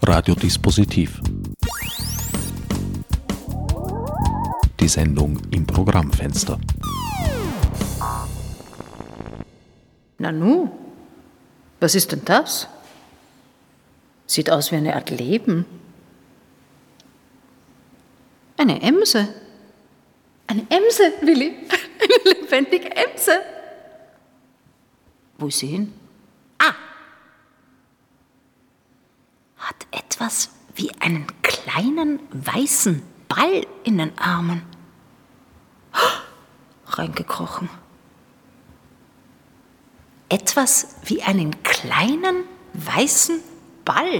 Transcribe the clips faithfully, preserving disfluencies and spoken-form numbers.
Radiodispositiv. Die Sendung im Programmfenster. Nanu, was ist denn das? Sieht aus wie eine Art Leben. Eine Emse. Eine Emse, Willi. Eine lebendige Emse. Wo ist sie hin? Ah! Hat etwas wie einen kleinen weißen Ball in den Armen. Reingekrochen. Etwas wie einen kleinen weißen Ball.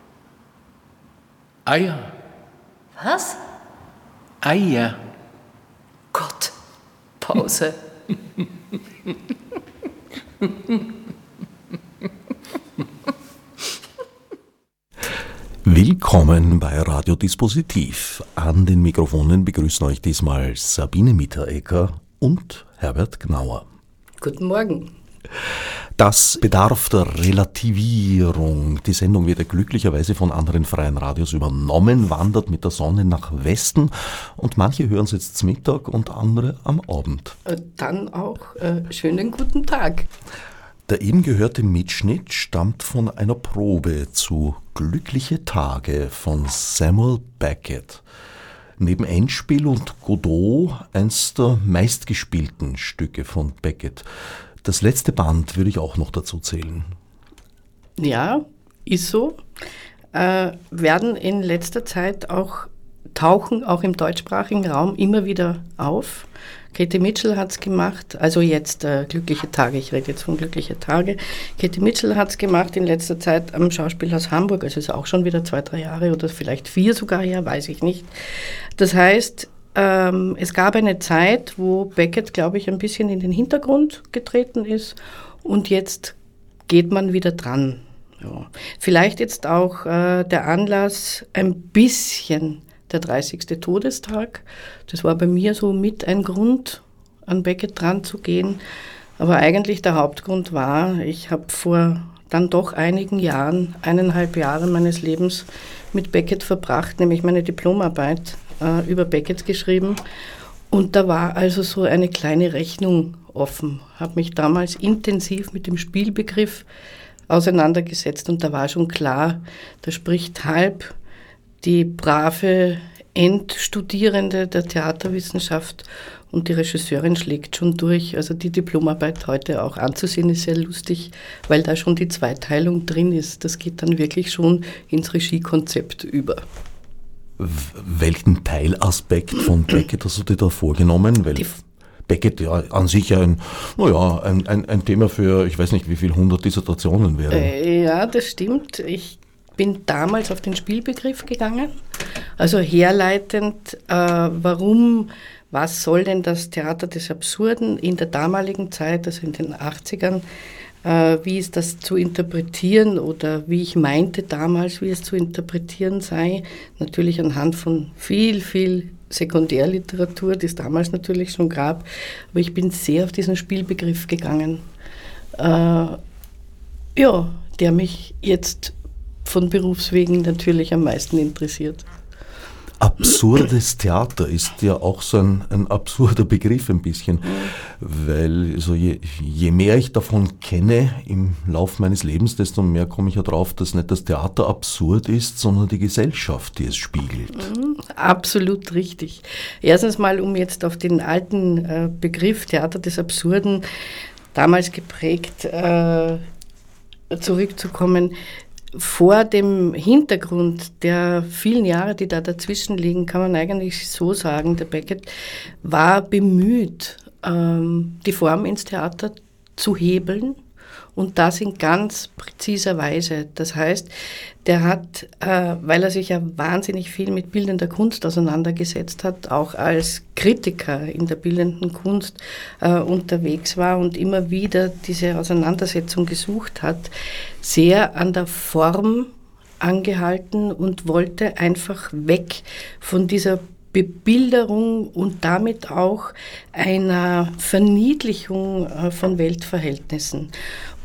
Eier. Was? Eier. Gott, Pause. Willkommen bei Radiodispositiv. An den Mikrofonen begrüßen euch diesmal Sabine Mitteregger und Herbert Gnauer. Guten Morgen. Das bedarf der Relativierung. Die Sendung wird ja glücklicherweise von anderen freien Radios übernommen, wandert mit der Sonne nach Westen und manche hören es jetzt zum Mittag und andere am Abend. Dann auch äh, schönen guten Tag. Der eben gehörte Mitschnitt stammt von einer Probe zu Glückliche Tage von Samuel Beckett. Neben Endspiel und Godot eins der meistgespielten Stücke von Beckett. Das letzte Band würde ich auch noch dazu zählen. Ja, ist so. Äh, werden in letzter Zeit auch, tauchen auch im deutschsprachigen Raum immer wieder auf. Katie Mitchell hat es gemacht, also jetzt äh, Glückliche Tage, ich rede jetzt von Glückliche Tage. Katie Mitchell hat es gemacht in letzter Zeit am Schauspielhaus Hamburg, also ist auch schon wieder zwei, drei Jahre oder vielleicht vier sogar her, weiß ich nicht. Das heißt, ähm, es gab eine Zeit, wo Beckett, glaube ich, ein bisschen in den Hintergrund getreten ist und jetzt geht man wieder dran. Ja. Vielleicht jetzt auch äh, der Anlass ein bisschen der dreißigste Todestag. Das war bei mir so mit ein Grund, an Beckett dran zu gehen. Aber eigentlich der Hauptgrund war, ich habe vor dann doch einigen Jahren, eineinhalb Jahre meines Lebens mit Beckett verbracht, nämlich meine Diplomarbeit äh, über Beckett geschrieben. Und da war also so eine kleine Rechnung offen. Habe mich damals intensiv mit dem Spielbegriff auseinandergesetzt und da war schon klar, da spricht halb die brave Endstudierende der Theaterwissenschaft und die Regisseurin schlägt schon durch. Also die Diplomarbeit heute auch anzusehen ist sehr lustig, weil da schon die Zweiteilung drin ist. Das geht dann wirklich schon ins Regiekonzept über. Welchen Teilaspekt von Beckett hast du dir da vorgenommen? Weil Beckett ja an sich ein, naja, ein, ein, ein Thema für, ich weiß nicht, wie viel hundert Dissertationen wäre. Äh, ja, das stimmt. Ich bin damals auf den Spielbegriff gegangen, also herleitend, äh, warum, was soll denn das Theater des Absurden in der damaligen Zeit, also in den achtzigern, äh, wie ist das zu interpretieren oder wie ich meinte damals, wie es zu interpretieren sei, natürlich anhand von viel, viel Sekundärliteratur, die es damals natürlich schon gab, aber ich bin sehr auf diesen Spielbegriff gegangen, äh, ja, der mich jetzt von Berufswegen natürlich am meisten interessiert. Absurdes Theater ist ja auch so ein, ein absurder Begriff ein bisschen, weil so je, je mehr ich davon kenne im Laufe meines Lebens, desto mehr komme ich ja drauf, dass nicht das Theater absurd ist, sondern die Gesellschaft, die es spiegelt. Absolut richtig. Erstens mal, um jetzt auf den alten äh, Begriff Theater des Absurden, damals geprägt, äh, zurückzukommen. Vor dem Hintergrund der vielen Jahre, die da dazwischen liegen, kann man eigentlich so sagen, der Beckett war bemüht, ähm, die Form ins Theater zu hebeln und das in ganz präziser Weise. Das heißt, der hat, äh, weil er sich ja wahnsinnig viel mit bildender Kunst auseinandergesetzt hat, auch als Kritiker in der bildenden Kunst äh, unterwegs war und immer wieder diese Auseinandersetzung gesucht hat, sehr an der Form angehalten und wollte einfach weg von dieser Bebilderung und damit auch einer Verniedlichung von Weltverhältnissen.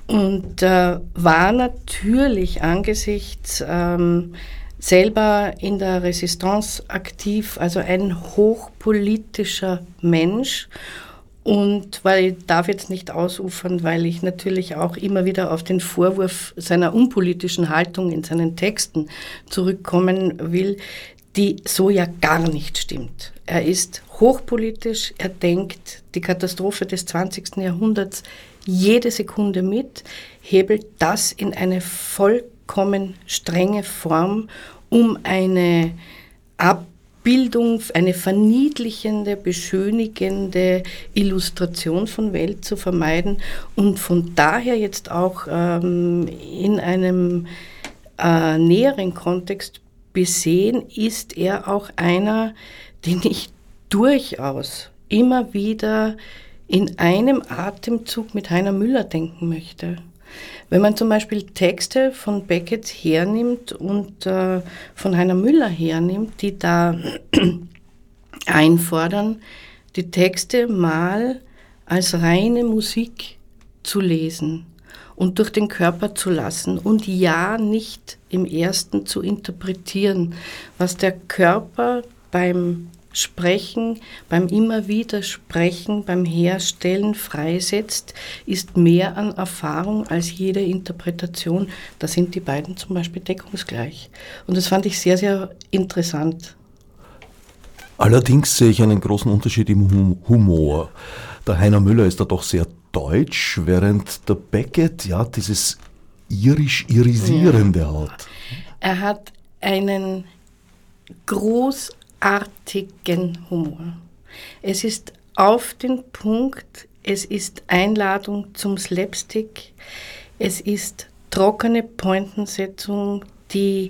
und äh, war natürlich angesichts ähm, selber in der Resistance aktiv, also ein hochpolitischer Mensch. Und weil ich darf jetzt nicht ausufern, weil ich natürlich auch immer wieder auf den Vorwurf seiner unpolitischen Haltung in seinen Texten zurückkommen will, die so ja gar nicht stimmt. Er ist hochpolitisch, er denkt die Katastrophe des zwanzigsten Jahrhunderts jede Sekunde mit, hebelt das in eine vollkommen strenge Form, um eine Abbildung, eine verniedlichende, beschönigende Illustration von Welt zu vermeiden und von daher jetzt auch ähm, in einem äh, näheren Kontext besehen, ist er auch einer, den ich durchaus immer wieder in einem Atemzug mit Heiner Müller denken möchte. Wenn man zum Beispiel Texte von Beckett hernimmt und äh, von Heiner Müller hernimmt, die da einfordern, die Texte mal als reine Musik zu lesen und durch den Körper zu lassen und ja nicht im ersten zu interpretieren, was der Körper beim Sprechen, beim immer wieder Sprechen, beim Herstellen freisetzt, ist mehr an Erfahrung als jede Interpretation. Da sind die beiden zum Beispiel deckungsgleich. Und das fand ich sehr, sehr interessant. Allerdings sehe ich einen großen Unterschied im Humor. Der Heiner Müller ist da doch sehr deutsch, während der Beckett ja dieses irisch-irisierende ja. hat. Er hat einen großartigen artigen Humor. Es ist auf den Punkt, es ist Einladung zum Slapstick, es ist trockene Pointensetzung, die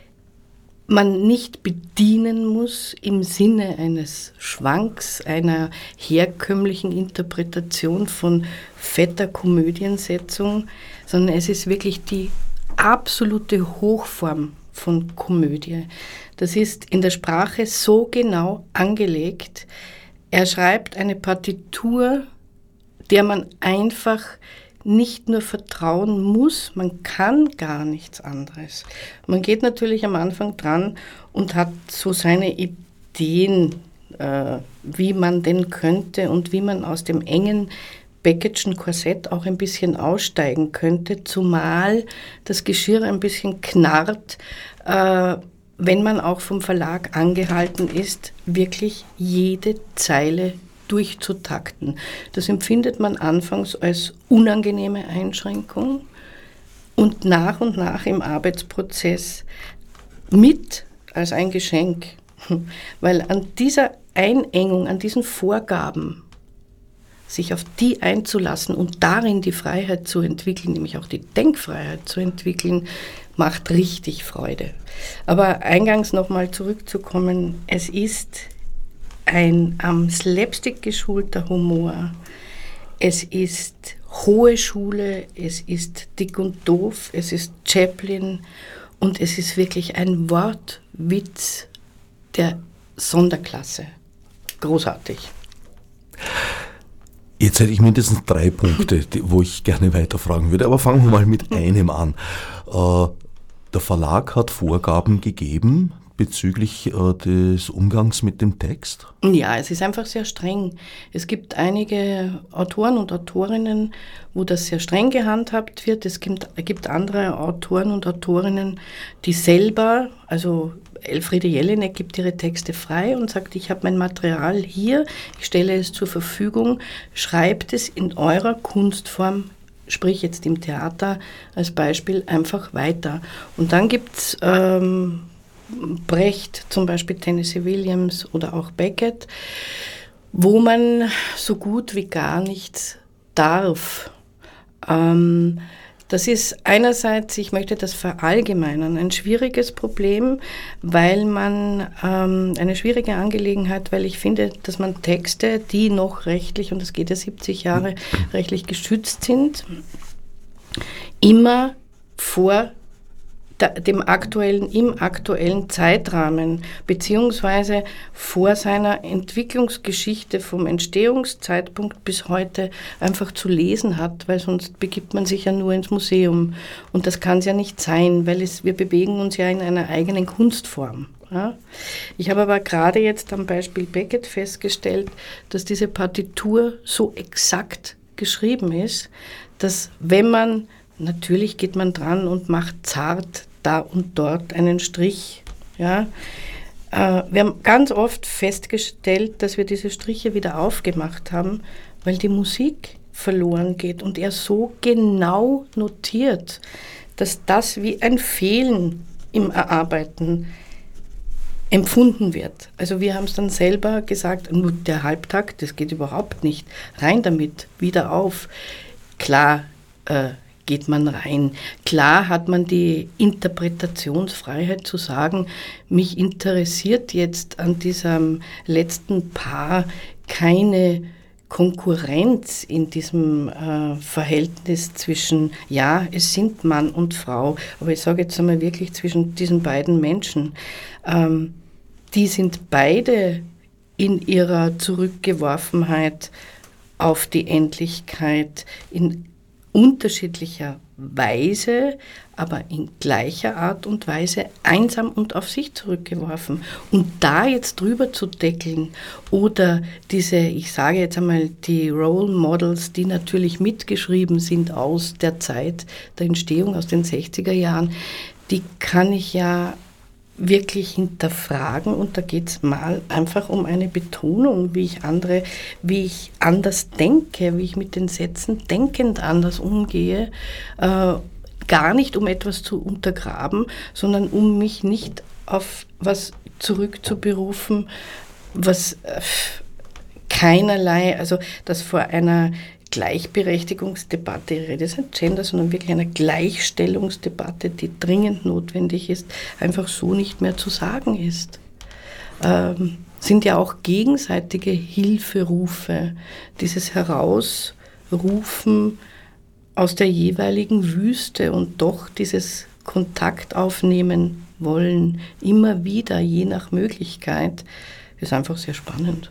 man nicht bedienen muss im Sinne eines Schwanks, einer herkömmlichen Interpretation von fetter Komödiensetzung, sondern es ist wirklich die absolute Hochform von Komödie. Das ist in der Sprache so genau angelegt. Er schreibt eine Partitur, der man einfach nicht nur vertrauen muss, man kann gar nichts anderes. Man geht natürlich am Anfang dran und hat so seine Ideen, äh, wie man denn könnte und wie man aus dem engen Beckettschen Korsett auch ein bisschen aussteigen könnte, zumal das Geschirr ein bisschen knarrt, äh, wenn man auch vom Verlag angehalten ist, wirklich jede Zeile durchzutakten. Das empfindet man anfangs als unangenehme Einschränkung und nach und nach im Arbeitsprozess mit als ein Geschenk, weil an dieser Einengung, an diesen Vorgaben, sich auf die einzulassen und darin die Freiheit zu entwickeln, nämlich auch die Denkfreiheit zu entwickeln, macht richtig Freude. Aber eingangs nochmal zurückzukommen, es ist ein am Slapstick geschulter Humor, es ist hohe Schule, es ist dick und doof, es ist Chaplin und es ist wirklich ein Wortwitz der Sonderklasse. Großartig. Jetzt hätte ich mindestens drei Punkte, die, wo ich gerne weiterfragen würde, aber fangen wir mal mit einem an. Äh, der Verlag hat Vorgaben gegeben bezüglich äh, des Umgangs mit dem Text? Ja, es ist einfach sehr streng. Es gibt einige Autoren und Autorinnen, wo das sehr streng gehandhabt wird. Es gibt, gibt andere Autoren und Autorinnen, die selber, also Elfriede Jelinek gibt ihre Texte frei und sagt, ich habe mein Material hier, ich stelle es zur Verfügung, schreibt es in eurer Kunstform, sprich jetzt im Theater als Beispiel, einfach weiter. Und dann gibt es ähm, Brecht, zum Beispiel Tennessee Williams oder auch Beckett, wo man so gut wie gar nichts darf. Ähm, das ist einerseits, ich möchte das verallgemeinern, ein schwieriges Problem, weil man ähm, eine schwierige Angelegenheit, weil ich finde, dass man Texte, die noch rechtlich, und das geht ja siebzig Jahre, rechtlich geschützt sind, immer vor der, dem aktuellen, im aktuellen Zeitrahmen, beziehungsweise vor seiner Entwicklungsgeschichte vom Entstehungszeitpunkt bis heute einfach zu lesen hat, weil sonst begibt man sich ja nur ins Museum. Und das kann es ja nicht sein, weil es, wir bewegen uns ja in einer eigenen Kunstform. Ja. Ich habe aber gerade jetzt am Beispiel Beckett festgestellt, dass diese Partitur so exakt geschrieben ist, dass wenn man, natürlich geht man dran und macht zart da und dort einen Strich. Ja. Äh, wir haben ganz oft festgestellt, dass wir diese Striche wieder aufgemacht haben, weil die Musik verloren geht und er so genau notiert, dass das wie ein Fehlen im Erarbeiten empfunden wird. Also wir haben es dann selber gesagt, nur der Halbtakt, das geht überhaupt nicht. Rein damit, wieder auf. Klar äh, geht man rein. Klar hat man die Interpretationsfreiheit zu sagen, mich interessiert jetzt an diesem letzten Paar keine Konkurrenz in diesem äh, Verhältnis zwischen, ja, es sind Mann und Frau, aber ich sage jetzt einmal wirklich zwischen diesen beiden Menschen. Ähm, die sind beide in ihrer Zurückgeworfenheit auf die Endlichkeit in unterschiedlicher Weise, aber in gleicher Art und Weise einsam und auf sich zurückgeworfen. Und da jetzt drüber zu deckeln oder diese, ich sage jetzt einmal, die Role Models, die natürlich mitgeschrieben sind aus der Zeit der Entstehung, aus den sechziger Jahren, die kann ich ja wirklich hinterfragen und da geht es mal einfach um eine Betonung, wie ich andere, wie ich anders denke, wie ich mit den Sätzen denkend anders umgehe, äh, gar nicht um etwas zu untergraben, sondern um mich nicht auf was zurückzuberufen, was äh, keinerlei, also das vor einer Gleichberechtigungsdebatte, ich rede jetzt nicht Gender, sondern wirklich einer Gleichstellungsdebatte, die dringend notwendig ist, einfach so nicht mehr zu sagen ist. Ähm, sind ja auch gegenseitige Hilferufe, dieses Herausrufen aus der jeweiligen Wüste und doch dieses Kontakt aufnehmen wollen, immer wieder, je nach Möglichkeit, ist einfach sehr spannend.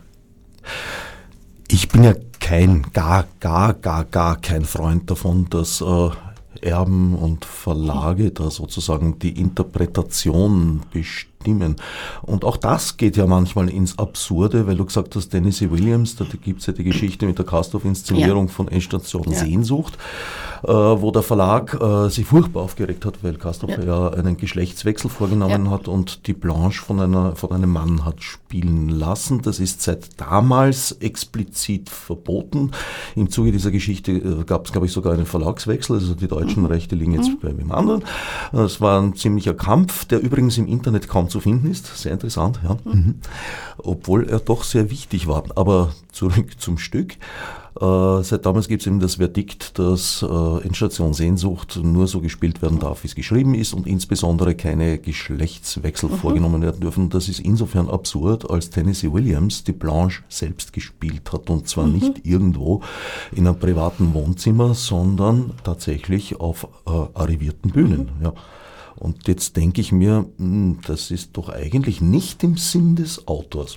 Ich bin ja kein, gar, gar, gar, gar kein Freund davon, dass äh, Erben und Verlage da sozusagen die Interpretation bestimmen. Und auch das geht ja manchmal ins Absurde, weil du gesagt hast, Tennessee Williams, da gibt es ja die Geschichte mit der Castorf-Inszenierung ja. von Endstation ja. Sehnsucht, äh, wo der Verlag äh, sich furchtbar aufgeregt hat, weil Castorf ja. ja einen Geschlechtswechsel vorgenommen ja. hat und die Blanche von, einer, von einem Mann hat spielen lassen. Das ist seit damals explizit verboten. Im Zuge dieser Geschichte äh, gab es, glaube ich, sogar einen Verlagswechsel, also die deutschen mhm. Rechte liegen jetzt mhm. bei wem anderen. Es war ein ziemlicher Kampf, der übrigens im Internet kaum zu finden ist. Sehr interessant, ja. Mhm. Obwohl er doch sehr wichtig war. Aber zurück zum Stück. Äh, seit damals gibt es eben das Verdikt, dass äh, Endstation Sehnsucht nur so gespielt werden darf, wie es geschrieben ist und insbesondere keine Geschlechtswechsel mhm. vorgenommen werden dürfen. Das ist insofern absurd, als Tennessee Williams die Blanche selbst gespielt hat und zwar mhm. nicht irgendwo in einem privaten Wohnzimmer, sondern tatsächlich auf äh, arrivierten Bühnen. Mhm. Ja. Und jetzt denke ich mir, mh, das ist doch eigentlich nicht im Sinn des Autors.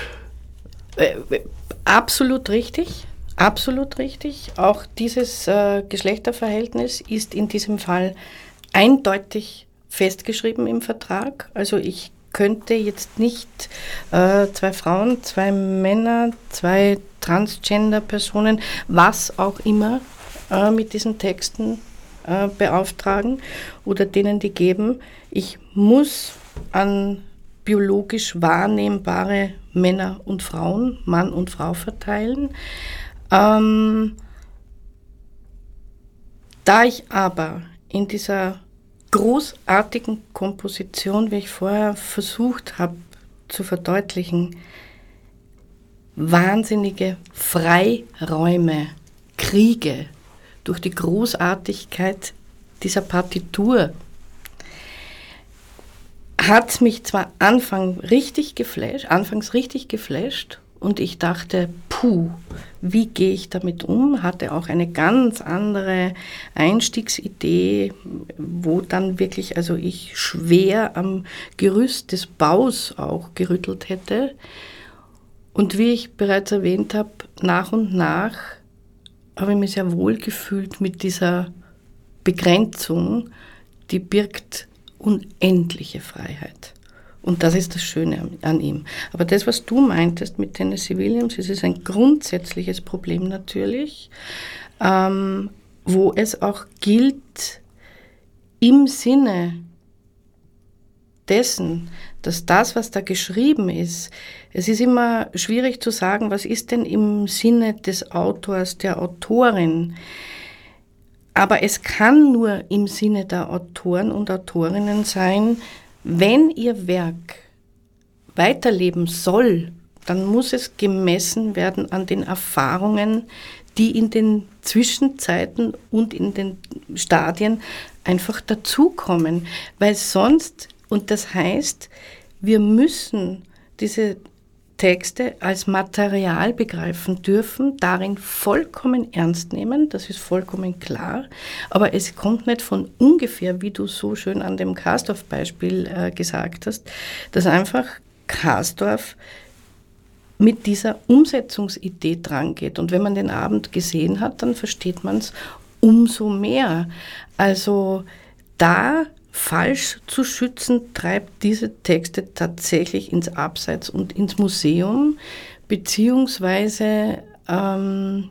Äh, absolut richtig. Absolut richtig. Auch dieses äh, Geschlechterverhältnis ist in diesem Fall eindeutig festgeschrieben im Vertrag. Also ich könnte jetzt nicht äh, zwei Frauen, zwei Männer, zwei Transgender-Personen, was auch immer, äh, mit diesen Texten äh, beauftragen oder denen die geben. Ich muss an biologisch wahrnehmbare Männer und Frauen, Mann und Frau verteilen. Ähm, da ich aber in dieser großartigen Komposition, wie ich vorher versucht habe zu verdeutlichen, wahnsinnige Freiräume kriege durch die Großartigkeit dieser Partitur, hat mich zwar Anfang richtig geflasht, anfangs richtig geflasht, und ich dachte, puh, wie gehe ich damit um? Hatte auch eine ganz andere Einstiegsidee, wo dann wirklich, also ich schwer am Gerüst des Baus auch gerüttelt hätte. Und wie ich bereits erwähnt habe, nach und nach habe ich mich sehr wohl gefühlt mit dieser Begrenzung, die birgt unendliche Freiheit. Und das ist das Schöne an ihm. Aber das, was du meintest mit Tennessee Williams, es ist ein grundsätzliches Problem natürlich, ähm, wo es auch gilt, im Sinne dessen, dass das, was da geschrieben ist, es ist immer schwierig zu sagen, was ist denn im Sinne des Autors, der Autorin. Aber es kann nur im Sinne der Autoren und Autorinnen sein, wenn ihr Werk weiterleben soll, dann muss es gemessen werden an den Erfahrungen, die in den Zwischenzeiten und in den Stadien einfach dazukommen. Weil sonst, und das heißt, wir müssen diese Texte als Material begreifen dürfen, darin vollkommen ernst nehmen, das ist vollkommen klar, aber es kommt nicht von ungefähr, wie du so schön an dem Kastorf-Beispiel äh, gesagt hast, dass einfach Kastorf mit dieser Umsetzungsidee drangeht. Und wenn man den Abend gesehen hat, dann versteht man es umso mehr. Also da falsch zu schützen, treibt diese Texte tatsächlich ins Abseits und ins Museum, beziehungsweise ähm,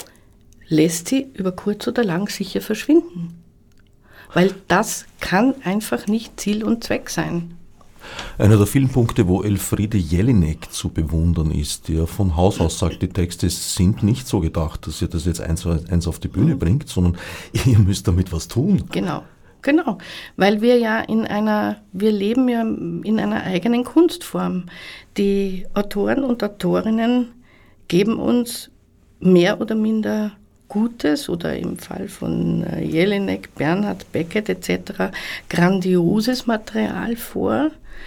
lässt sie über kurz oder lang sicher verschwinden. Weil das kann einfach nicht Ziel und Zweck sein. Einer der vielen Punkte, wo Elfriede Jelinek zu bewundern ist, die ja von Haus aus sagt, die Texte sind nicht so gedacht, dass ihr das jetzt eins, eins auf die Bühne mhm. bringt, sondern ihr müsst damit was tun. Genau. Genau, weil wir ja in einer, wir leben ja in einer eigenen Kunstform. Die Autoren und Autorinnen geben uns mehr oder minder gutes oder im Fall von Jelinek, Bernhard Beckett et cetera grandioses Material vor,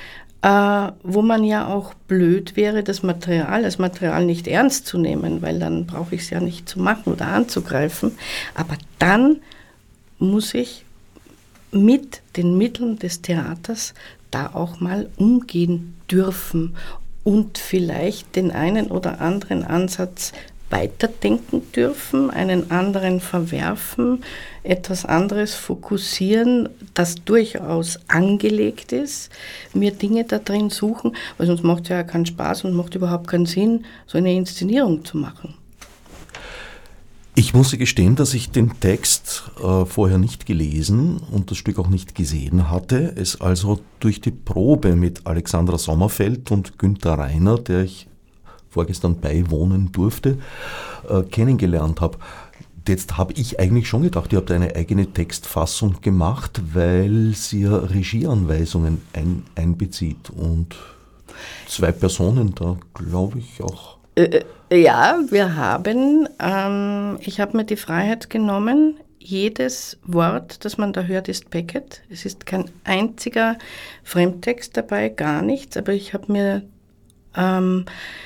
äh, wo man ja auch blöd wäre, das Material als Material nicht ernst zu nehmen, weil dann brauche ich es ja nicht zu machen oder anzugreifen. Aber dann muss ich mit den Mitteln des Theaters da auch mal umgehen dürfen und vielleicht den einen oder anderen Ansatz weiterdenken dürfen, einen anderen verwerfen, etwas anderes fokussieren, das durchaus angelegt ist, mir Dinge da drin suchen, weil sonst macht es ja keinen Spaß und macht überhaupt keinen Sinn, so eine Inszenierung zu machen. Ich muss gestehen, dass ich den Text äh, vorher nicht gelesen und das Stück auch nicht gesehen hatte, es also durch die Probe mit Alexandra Sommerfeld und Günther Reiner, der ich vorgestern beiwohnen durfte, äh, kennengelernt habe. Jetzt habe ich eigentlich schon gedacht, ihr habt eine eigene Textfassung gemacht, weil sie ja Regieanweisungen ein, einbezieht und zwei Personen da, glaube ich, auch. Äh, ja, wir haben, ähm, ich habe mir die Freiheit genommen, jedes Wort, das man da hört, ist Beckett. Es ist kein einziger Fremdtext dabei, gar nichts, aber ich habe mir ähm,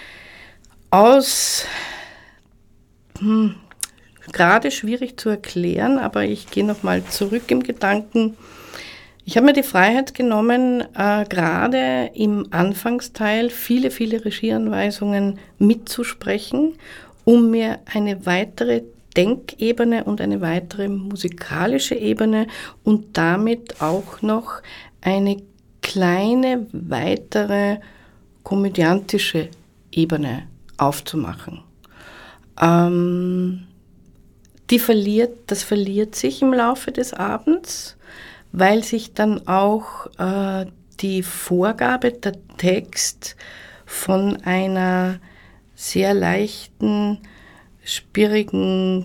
aus, hm, gerade schwierig zu erklären, aber ich gehe nochmal zurück im Gedanken. Ich habe mir die Freiheit genommen, äh, gerade im Anfangsteil viele, viele Regieanweisungen mitzusprechen, um mir eine weitere Denkebene und eine weitere musikalische Ebene und damit auch noch eine kleine weitere komödiantische Ebene aufzumachen. Ähm, die verliert, das verliert sich im Laufe des Abends, weil sich dann auch äh, die Vorgabe der Text von einer sehr leichten, schwierigen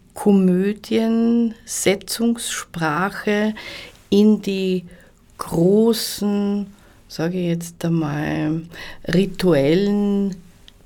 Komödien-Setzungssprache in die großen, sage ich jetzt einmal, rituellen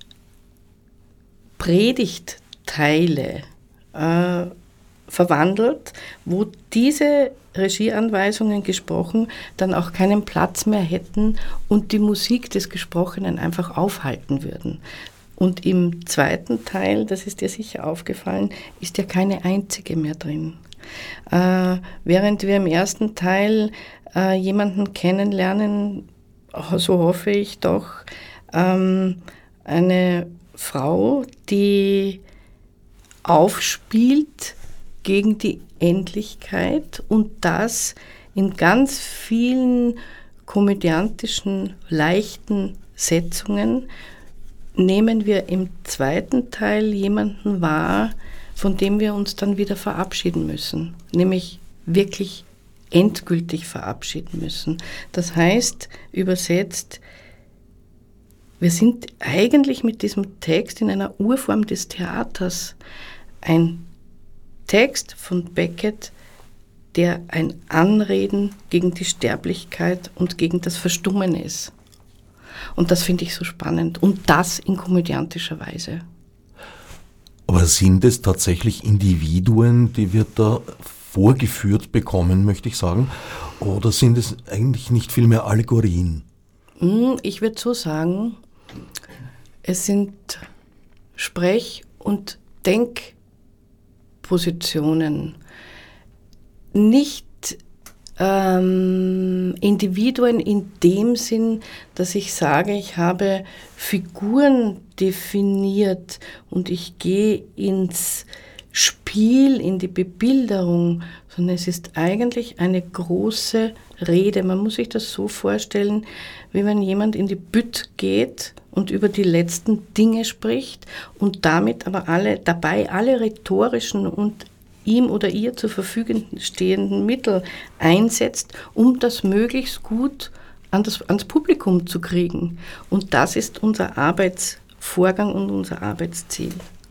Predigtteile äh, verwandelt, wo diese Regieanweisungen gesprochen dann auch keinen Platz mehr hätten und die Musik des Gesprochenen einfach aufhalten würden. Und im zweiten Teil, das ist dir sicher aufgefallen, ist ja keine einzige mehr drin. Äh, während wir im ersten Teil äh, jemanden kennenlernen, so hoffe ich doch, ähm, eine Frau, die aufspielt gegen die Endlichkeit und das in ganz vielen komödiantischen, leichten Setzungen, nehmen wir im zweiten Teil jemanden wahr, von dem wir uns dann wieder verabschieden müssen, nämlich wirklich endgültig verabschieden müssen. Das heißt, übersetzt, wir sind eigentlich mit diesem Text in einer Urform des Theaters. Ein Text von Beckett, der ein Anreden gegen die Sterblichkeit und gegen das Verstummen ist. Und das finde ich so spannend. Und das in komödiantischer Weise. Aber sind es tatsächlich Individuen, die wir da vorgeführt bekommen, möchte ich sagen? Oder sind es eigentlich nicht vielmehr Allegorien? Ich würde so sagen, es sind Sprech- und Denkpositionen. Nicht ähm, Individuen in dem Sinn, dass ich sage, ich habe Figuren definiert und ich gehe ins Spiel, in die Bebilderung, sondern es ist eigentlich eine große Rede. Man muss sich das so vorstellen, wie wenn jemand in die Bütt geht und über die letzten Dinge spricht und damit aber alle, dabei alle rhetorischen und ihm oder ihr zur Verfügung stehenden Mittel einsetzt, um das möglichst gut an das, ans Publikum zu kriegen. Und das ist unser Arbeitsvorgang und unser Arbeitsziel.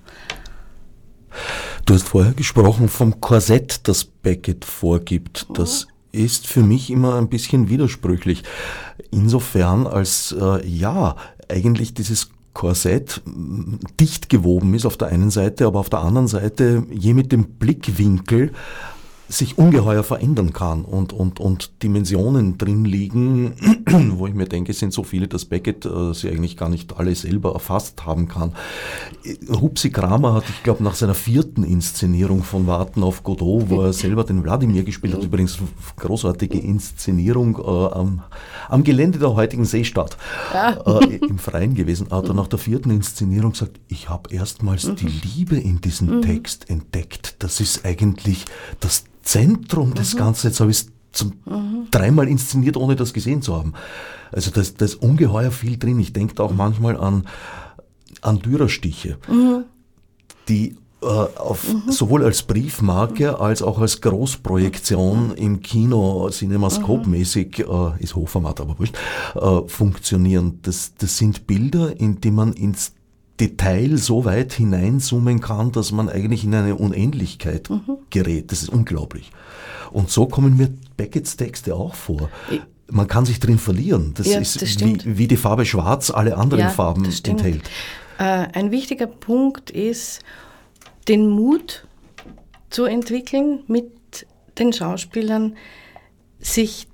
Du hast vorher gesprochen vom Korsett, das Beckett vorgibt. Das ist für mich immer ein bisschen widersprüchlich. Insofern als, äh, ja, eigentlich dieses Korsett dicht gewoben ist auf der einen Seite, aber auf der anderen Seite je mit dem Blickwinkel sich ungeheuer verändern kann und, und, und Dimensionen drin liegen, wo ich mir denke, es sind so viele, dass Beckett äh, sie eigentlich gar nicht alle selber erfasst haben kann. Hupsi Kramer hat, ich glaube, nach seiner vierten Inszenierung von Warten auf Godot, wo er selber den Wladimir gespielt hat, übrigens großartige Inszenierung äh, am, am Gelände der heutigen Seestadt, ja. äh, im Freien gewesen, hat er nach der vierten Inszenierung gesagt, ich habe erstmals mhm. die Liebe in diesem mhm. Text entdeckt. Das ist eigentlich das Zentrum des mhm. Ganzen. Jetzt habe ich es zum mhm. dreimal inszeniert, ohne das gesehen zu haben. Also da ist ungeheuer viel drin. Ich denke auch manchmal an, an Dürerstiche, mhm. die äh, auf, mhm. sowohl als Briefmarke als auch als Großprojektion im Kino, Cinemascope-mäßig, äh, ist Hochformat, aber wurscht, äh, funktionieren. Das, das sind Bilder, in die man ins Detail so weit hineinzoomen kann, dass man eigentlich in eine Unendlichkeit mhm. gerät. Das ist unglaublich. Und so kommen mir Becketts Texte auch vor. Man kann sich drin verlieren. Das ja, ist das wie, wie die Farbe Schwarz alle anderen ja, Farben enthält. Äh, ein wichtiger Punkt ist, den Mut zu entwickeln, mit den Schauspielern sich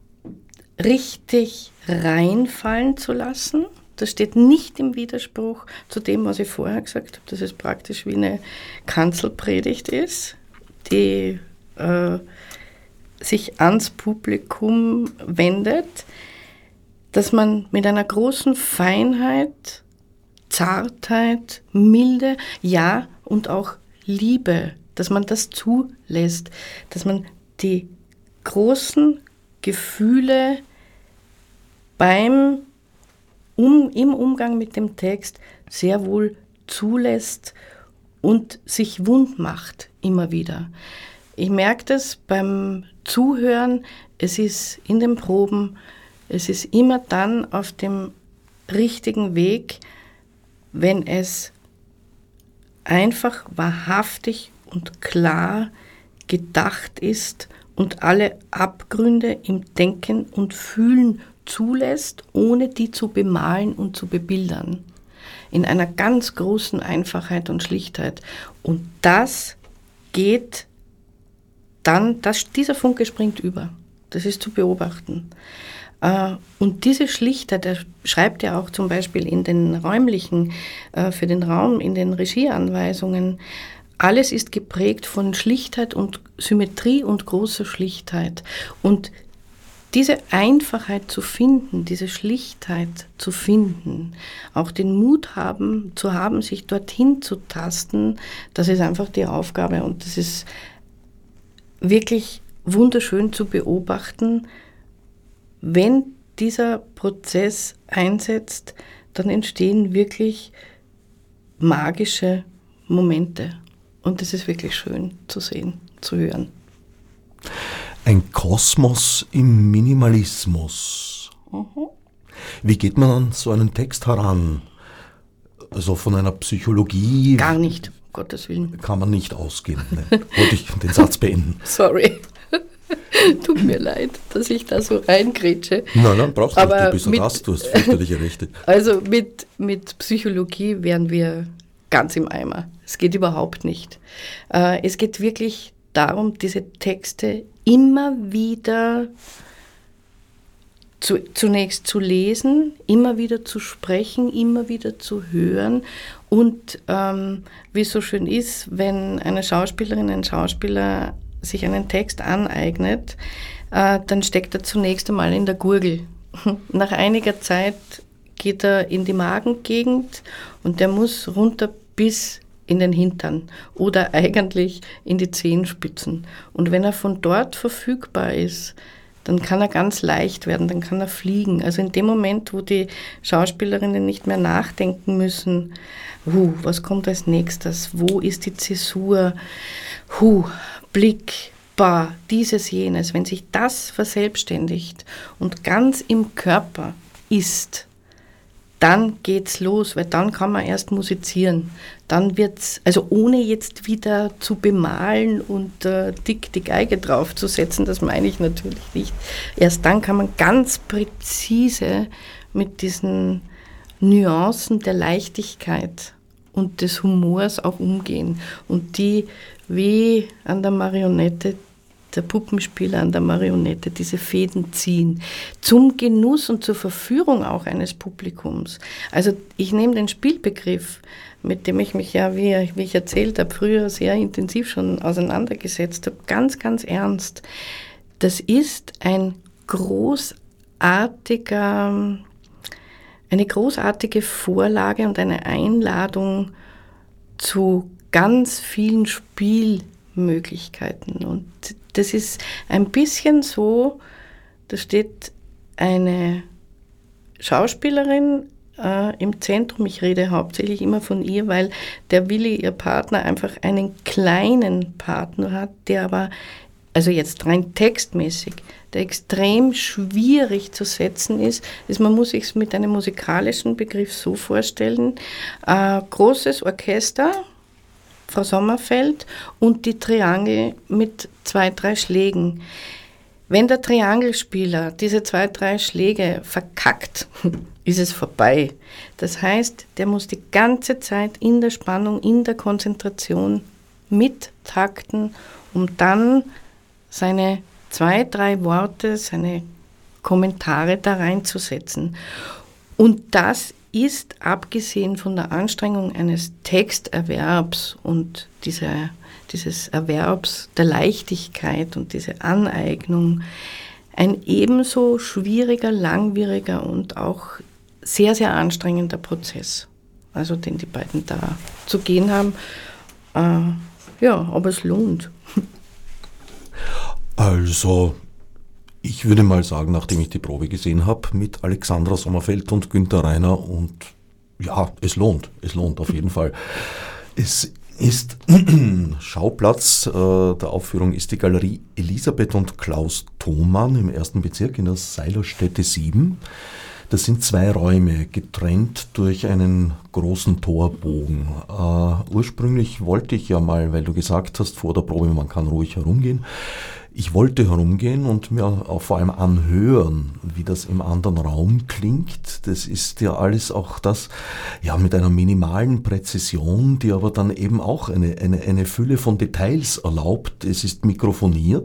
richtig reinfallen zu lassen. Das steht nicht im Widerspruch zu dem, was ich vorher gesagt habe, dass es praktisch wie eine Kanzelpredigt ist, die äh, sich ans Publikum wendet, dass man mit einer großen Feinheit, Zartheit, Milde, ja und auch Liebe, dass man das zulässt, dass man die großen Gefühle beim Um, im Umgang mit dem Text sehr wohl zulässt und sich wund macht, immer wieder. Ich merke das beim Zuhören, es ist in den Proben, es ist immer dann auf dem richtigen Weg, wenn es einfach wahrhaftig und klar gedacht ist und alle Abgründe im Denken und Fühlen zulässt, ohne die zu bemalen und zu bebildern. In einer ganz großen Einfachheit und Schlichtheit. Und das geht dann, das, dieser Funke springt über. das ist zu beobachten. Und diese Schlichtheit, er schreibt ja auch zum Beispiel in den räumlichen, für den Raum, in den Regieanweisungen, alles ist geprägt von Schlichtheit und Symmetrie und großer Schlichtheit. Und diese Einfachheit zu finden, diese Schlichtheit zu finden, auch den Mut haben, zu haben, sich dorthin zu tasten, das ist einfach die Aufgabe. Und das ist wirklich wunderschön zu beobachten. Wenn dieser Prozess einsetzt, dann entstehen wirklich magische Momente. Und das ist wirklich schön zu sehen, zu hören. Ein Kosmos im Minimalismus. Mhm. Wie geht man an so einen Text heran? Also von einer Psychologie... Gar nicht, um Gottes Willen. Kann man nicht ausgehen. Ne? Wollte ich den Satz beenden. Sorry. Tut mir leid, dass ich da so reingrätsche. Nein, nein, brauchst du nicht, du bist ein mit, Gast, du hast fürchterliche Rechte. Also mit, mit Psychologie wären wir ganz im Eimer. Es geht überhaupt nicht. Äh, es geht wirklich darum, diese Texte immer wieder zu, zunächst zu lesen, immer wieder zu sprechen, immer wieder zu hören und ähm, wie es so schön ist, wenn eine Schauspielerin, ein Schauspieler sich einen Text aneignet, äh, dann steckt er zunächst einmal in der Gurgel. Nach einiger Zeit geht er in die Magengegend und der muss runter bis in den Hintern oder eigentlich in die Zehenspitzen. Und wenn er von dort verfügbar ist, dann kann er ganz leicht werden, dann kann er fliegen. Also in dem Moment, wo die Schauspielerinnen nicht mehr nachdenken müssen, huh, was kommt als nächstes, wo ist die Zäsur, huh, Blick, bah, dieses, jenes, wenn sich das verselbstständigt und ganz im Körper ist, dann geht's los, weil dann kann man erst musizieren. Dann wird's, also ohne jetzt wieder zu bemalen und äh, dick die Geige draufzusetzen, das meine ich natürlich nicht. Erst dann kann man ganz präzise mit diesen Nuancen der Leichtigkeit und des Humors auch umgehen. Und die wie an der Marionette, der Puppenspieler an der Marionette, diese Fäden ziehen, zum Genuss und zur Verführung auch eines Publikums. Also ich nehme den Spielbegriff, mit dem ich mich ja, wie, wie ich erzählt habe, früher sehr intensiv schon auseinandergesetzt habe, ganz, ganz ernst. Das ist ein großartiger, eine großartige Vorlage und eine Einladung zu ganz vielen Spielmöglichkeiten. Und das ist ein bisschen so, da steht eine Schauspielerin äh, im Zentrum. Ich rede hauptsächlich immer von ihr, weil der Willi, ihr Partner, einfach einen kleinen Partner hat, der aber, also jetzt rein textmäßig, der extrem schwierig zu setzen ist. Also man muss sich es mit einem musikalischen Begriff so vorstellen. Äh, großes Orchester, Frau Sommerfeld, und die Triangel mit zwei, drei Schlägen. Wenn der Triangelspieler diese zwei, drei Schläge verkackt, ist es vorbei. Das heißt, der muss die ganze Zeit in der Spannung, in der Konzentration mittakten, um dann seine zwei, drei Worte, seine Kommentare da reinzusetzen. Und das ist, abgesehen von der Anstrengung eines Texterwerbs und dieser, dieses Erwerbs der Leichtigkeit und diese Aneignung, ein ebenso schwieriger, langwieriger und auch sehr, sehr anstrengender Prozess, also den die beiden da zu gehen haben. Äh, ja, aber es lohnt. Also, ich würde mal sagen, nachdem ich die Probe gesehen habe mit Alexandra Sommerfeld und Günther Reiner, und ja, es lohnt, es lohnt auf jeden Fall. Es ist Schauplatz äh, der Aufführung ist die Galerie Elisabeth und Klaus Thomann im ersten Bezirk in der Seilerstätte sieben. Das sind zwei Räume, getrennt durch einen großen Torbogen. Äh, ursprünglich wollte ich ja mal, weil du gesagt hast vor der Probe, man kann ruhig herumgehen, ich wollte herumgehen und mir auch vor allem anhören, wie das im anderen Raum klingt. Das ist ja alles auch das, ja, mit einer minimalen Präzision, die aber dann eben auch eine, eine, eine Fülle von Details erlaubt. Es ist mikrofoniert.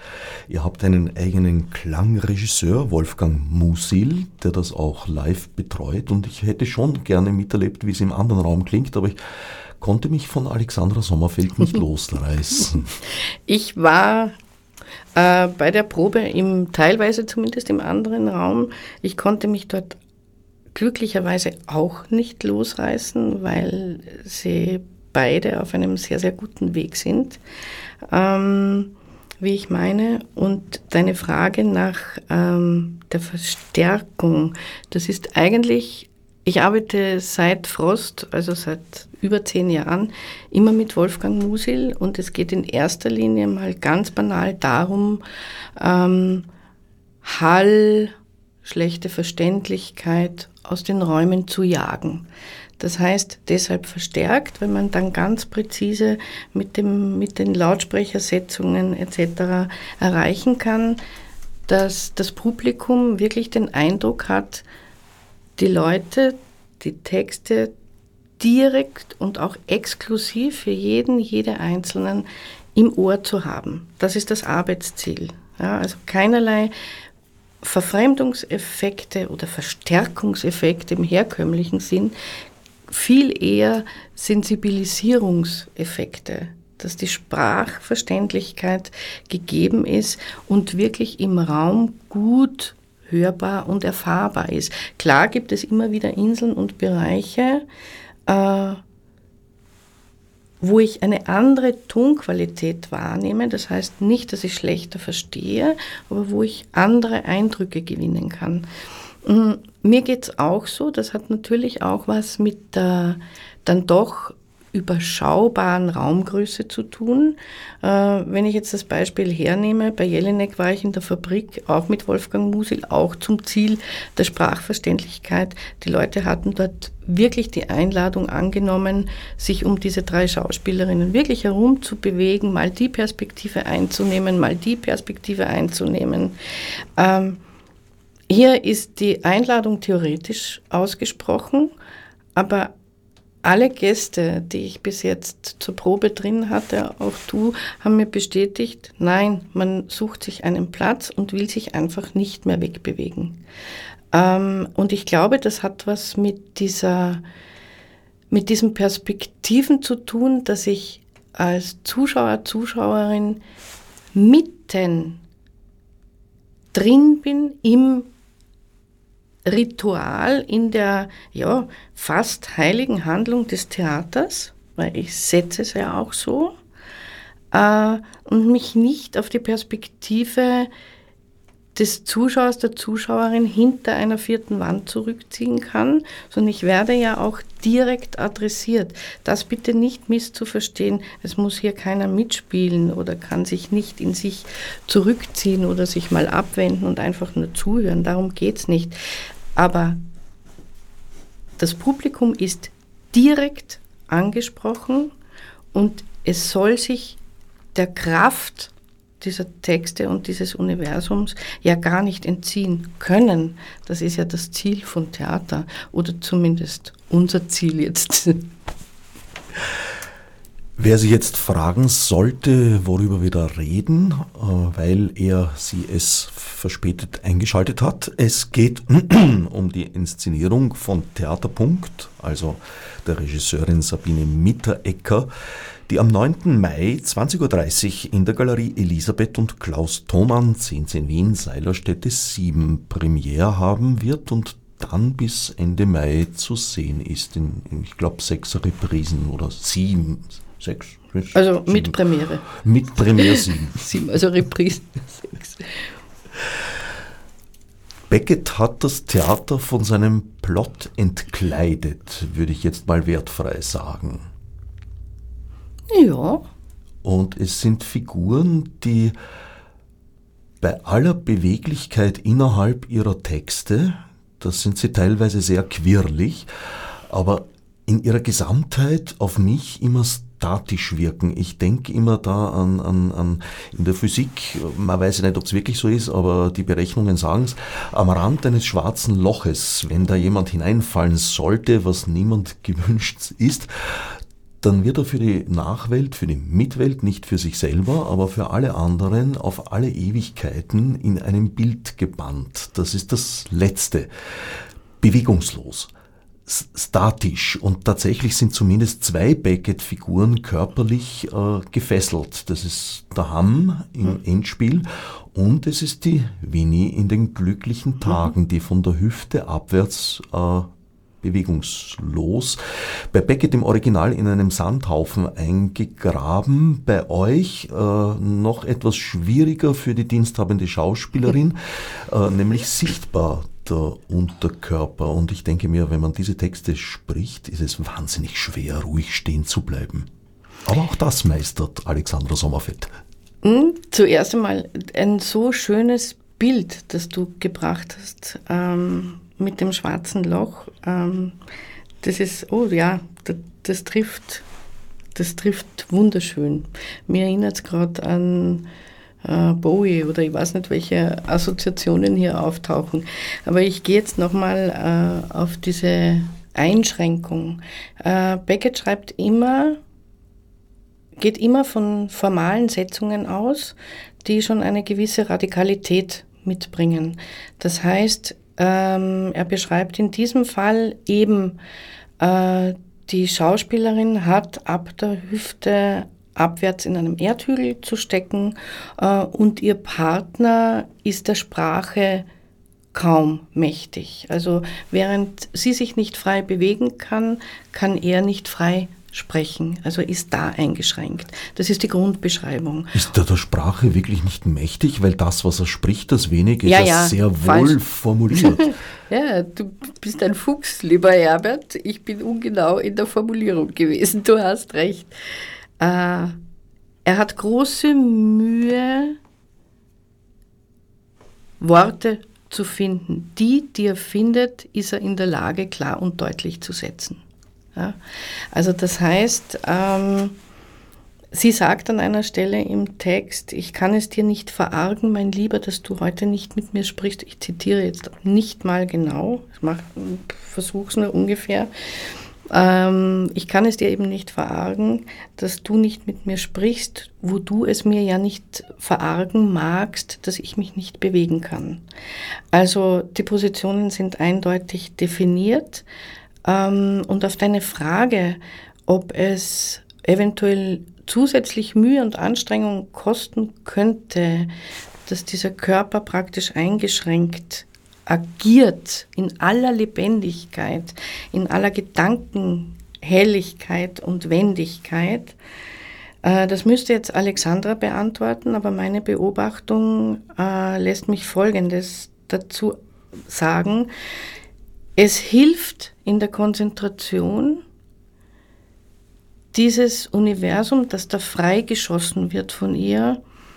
Ihr habt einen eigenen Klangregisseur, Wolfgang Musil, der das auch live betreut. Und ich hätte schon gerne miterlebt, wie es im anderen Raum klingt, aber ich konnte mich von Alexandra Sommerfeld nicht losreißen. Ich war äh, bei der Probe, im, teilweise zumindest im anderen Raum. Ich konnte mich dort glücklicherweise auch nicht losreißen, weil sie beide auf einem sehr, sehr guten Weg sind, ähm, wie ich meine. Und deine Frage nach ähm, der Verstärkung, das ist eigentlich, ich arbeite seit Frost, also seit über zehn Jahren, immer mit Wolfgang Musil und es geht in erster Linie mal ganz banal darum, ähm, Hall, schlechte Verständlichkeit aus den Räumen zu jagen. Das heißt, deshalb verstärkt, wenn man dann ganz präzise mit, dem, mit den Lautsprechersetzungen et cetera erreichen kann, dass das Publikum wirklich den Eindruck hat, die Leute, die Texte direkt und auch exklusiv für jeden, jede Einzelnen im Ohr zu haben. Das ist das Arbeitsziel. Ja, also keinerlei Verfremdungseffekte oder Verstärkungseffekte im herkömmlichen Sinn, viel eher Sensibilisierungseffekte, dass die Sprachverständlichkeit gegeben ist und wirklich im Raum gut hörbar und erfahrbar ist. Klar gibt es immer wieder Inseln und Bereiche, äh, wo ich eine andere Tonqualität wahrnehme, das heißt nicht, dass ich schlechter verstehe, aber wo ich andere Eindrücke gewinnen kann. Mir geht es auch so, das hat natürlich auch was mit der dann doch überschaubaren Raumgröße zu tun. Äh, wenn ich jetzt das Beispiel hernehme, bei Jelinek war ich in der Fabrik, auch mit Wolfgang Musil, auch zum Ziel der Sprachverständlichkeit. Die Leute hatten dort wirklich die Einladung angenommen, sich um diese drei Schauspielerinnen wirklich herumzubewegen, mal die Perspektive einzunehmen, mal die Perspektive einzunehmen. Ähm, hier ist die Einladung theoretisch ausgesprochen, aber alle Gäste, die ich bis jetzt zur Probe drin hatte, auch du, haben mir bestätigt, nein, man sucht sich einen Platz und will sich einfach nicht mehr wegbewegen. Ähm, und ich glaube, das hat was mit dieser, mit diesen Perspektiven zu tun, dass ich als Zuschauer, Zuschauerin mitten drin bin im Ritual, in der ja, fast heiligen Handlung des Theaters, weil ich setze es ja auch so, äh, und mich nicht auf die Perspektive des Zuschauers, der Zuschauerin hinter einer vierten Wand zurückziehen kann, sondern ich werde ja auch direkt adressiert. Das bitte nicht misszuverstehen. Es muss hier keiner mitspielen oder kann sich nicht in sich zurückziehen oder sich mal abwenden und einfach nur zuhören. Darum geht's nicht. Aber das Publikum ist direkt angesprochen und es soll sich der Kraft dieser Texte und dieses Universums ja gar nicht entziehen können. Das ist ja das Ziel von Theater oder zumindest unser Ziel jetzt. Wer sich jetzt fragen sollte, worüber wir da reden, weil er sie es verspätet eingeschaltet hat, es geht um die Inszenierung von Theaterpunkt, also der Regisseurin Sabine Mitterecker, die am neunten Mai zwanzig Uhr dreißig in der Galerie Elisabeth und Klaus Thomann, zehn in Wien, Seilerstätte sieben, Premiere haben wird und dann bis Ende Mai zu sehen ist, in, in ich glaube, sechs Reprisen oder sieben. Sechs, sechs, also sieben. mit Premiere. Mit Premiere sieben. sieben, also Reprisen sechs. Beckett hat das Theater von seinem Plot entkleidet, würde ich jetzt mal wertfrei sagen. Ja. Und es sind Figuren, die bei aller Beweglichkeit innerhalb ihrer Texte, das sind sie teilweise sehr quirlig, aber in ihrer Gesamtheit auf mich immer statisch wirken. Ich denke immer da an, an, an in der Physik, man weiß nicht, ob es wirklich so ist, aber die Berechnungen sagen es, am Rand eines schwarzen Loches, wenn da jemand hineinfallen sollte, was niemand gewünscht ist, dann wird er für die Nachwelt, für die Mitwelt, nicht für sich selber, aber für alle anderen auf alle Ewigkeiten in einem Bild gebannt. Das ist das Letzte. Bewegungslos, statisch, und tatsächlich sind zumindest zwei Beckett-Figuren körperlich äh, gefesselt. Das ist der Ham im Endspiel und es ist die Winnie in den glücklichen Tagen, die von der Hüfte abwärts äh, bewegungslos. Bei Beckett im Original in einem Sandhaufen eingegraben. Bei euch äh, noch etwas schwieriger für die diensthabende Schauspielerin, äh, nämlich sichtbar der Unterkörper. Und ich denke mir, wenn man diese Texte spricht, ist es wahnsinnig schwer, ruhig stehen zu bleiben. Aber auch das meistert Alexandra Sommerfeld. Zuerst einmal ein so schönes Bild, das du gebracht hast, ähm, mit dem schwarzen Loch. Ähm, das ist, oh ja, das, das trifft, das trifft wunderschön. Mir erinnert es gerade an äh, Bowie oder ich weiß nicht, welche Assoziationen hier auftauchen. Aber ich gehe jetzt nochmal äh, auf diese Einschränkung. Äh, Beckett schreibt immer, geht immer von formalen Setzungen aus, die schon eine gewisse Radikalität mitbringen. Das heißt, ähm, er beschreibt in diesem Fall eben, äh, die Schauspielerin hat ab der Hüfte abwärts in einem Erdhügel zu stecken äh, und ihr Partner ist der Sprache kaum mächtig. Also während sie sich nicht frei bewegen kann, kann er nicht frei sprechen, also ist da eingeschränkt. Das ist die Grundbeschreibung. Ist er der Sprache wirklich nicht mächtig, weil das, was er spricht, das wenige, ja, ist ja, ja sehr falsch. wohl formuliert. Ja, du bist ein Fuchs, lieber Herbert. Ich bin ungenau in der Formulierung gewesen. Du hast recht. Äh, er hat große Mühe, Worte zu finden. Die, die er findet, ist er in der Lage, klar und deutlich zu setzen. Ja, also das heißt, ähm, sie sagt an einer Stelle im Text, ich kann es dir nicht verargen, mein Lieber, dass du heute nicht mit mir sprichst. Ich zitiere jetzt nicht mal genau, ich versuche es nur ungefähr. Ähm, ich kann es dir eben nicht verargen, dass du nicht mit mir sprichst, wo du es mir ja nicht verargen magst, dass ich mich nicht bewegen kann. Also die Positionen sind eindeutig definiert. Und auf deine Frage, ob es eventuell zusätzlich Mühe und Anstrengung kosten könnte, dass dieser Körper praktisch eingeschränkt agiert in aller Lebendigkeit, in aller Gedankenhelligkeit und Wendigkeit, das müsste jetzt Alexandra beantworten, aber meine Beobachtung lässt mich Folgendes dazu sagen. Es hilft in der Konzentration, dieses Universum, das da freigeschossen wird von ihr,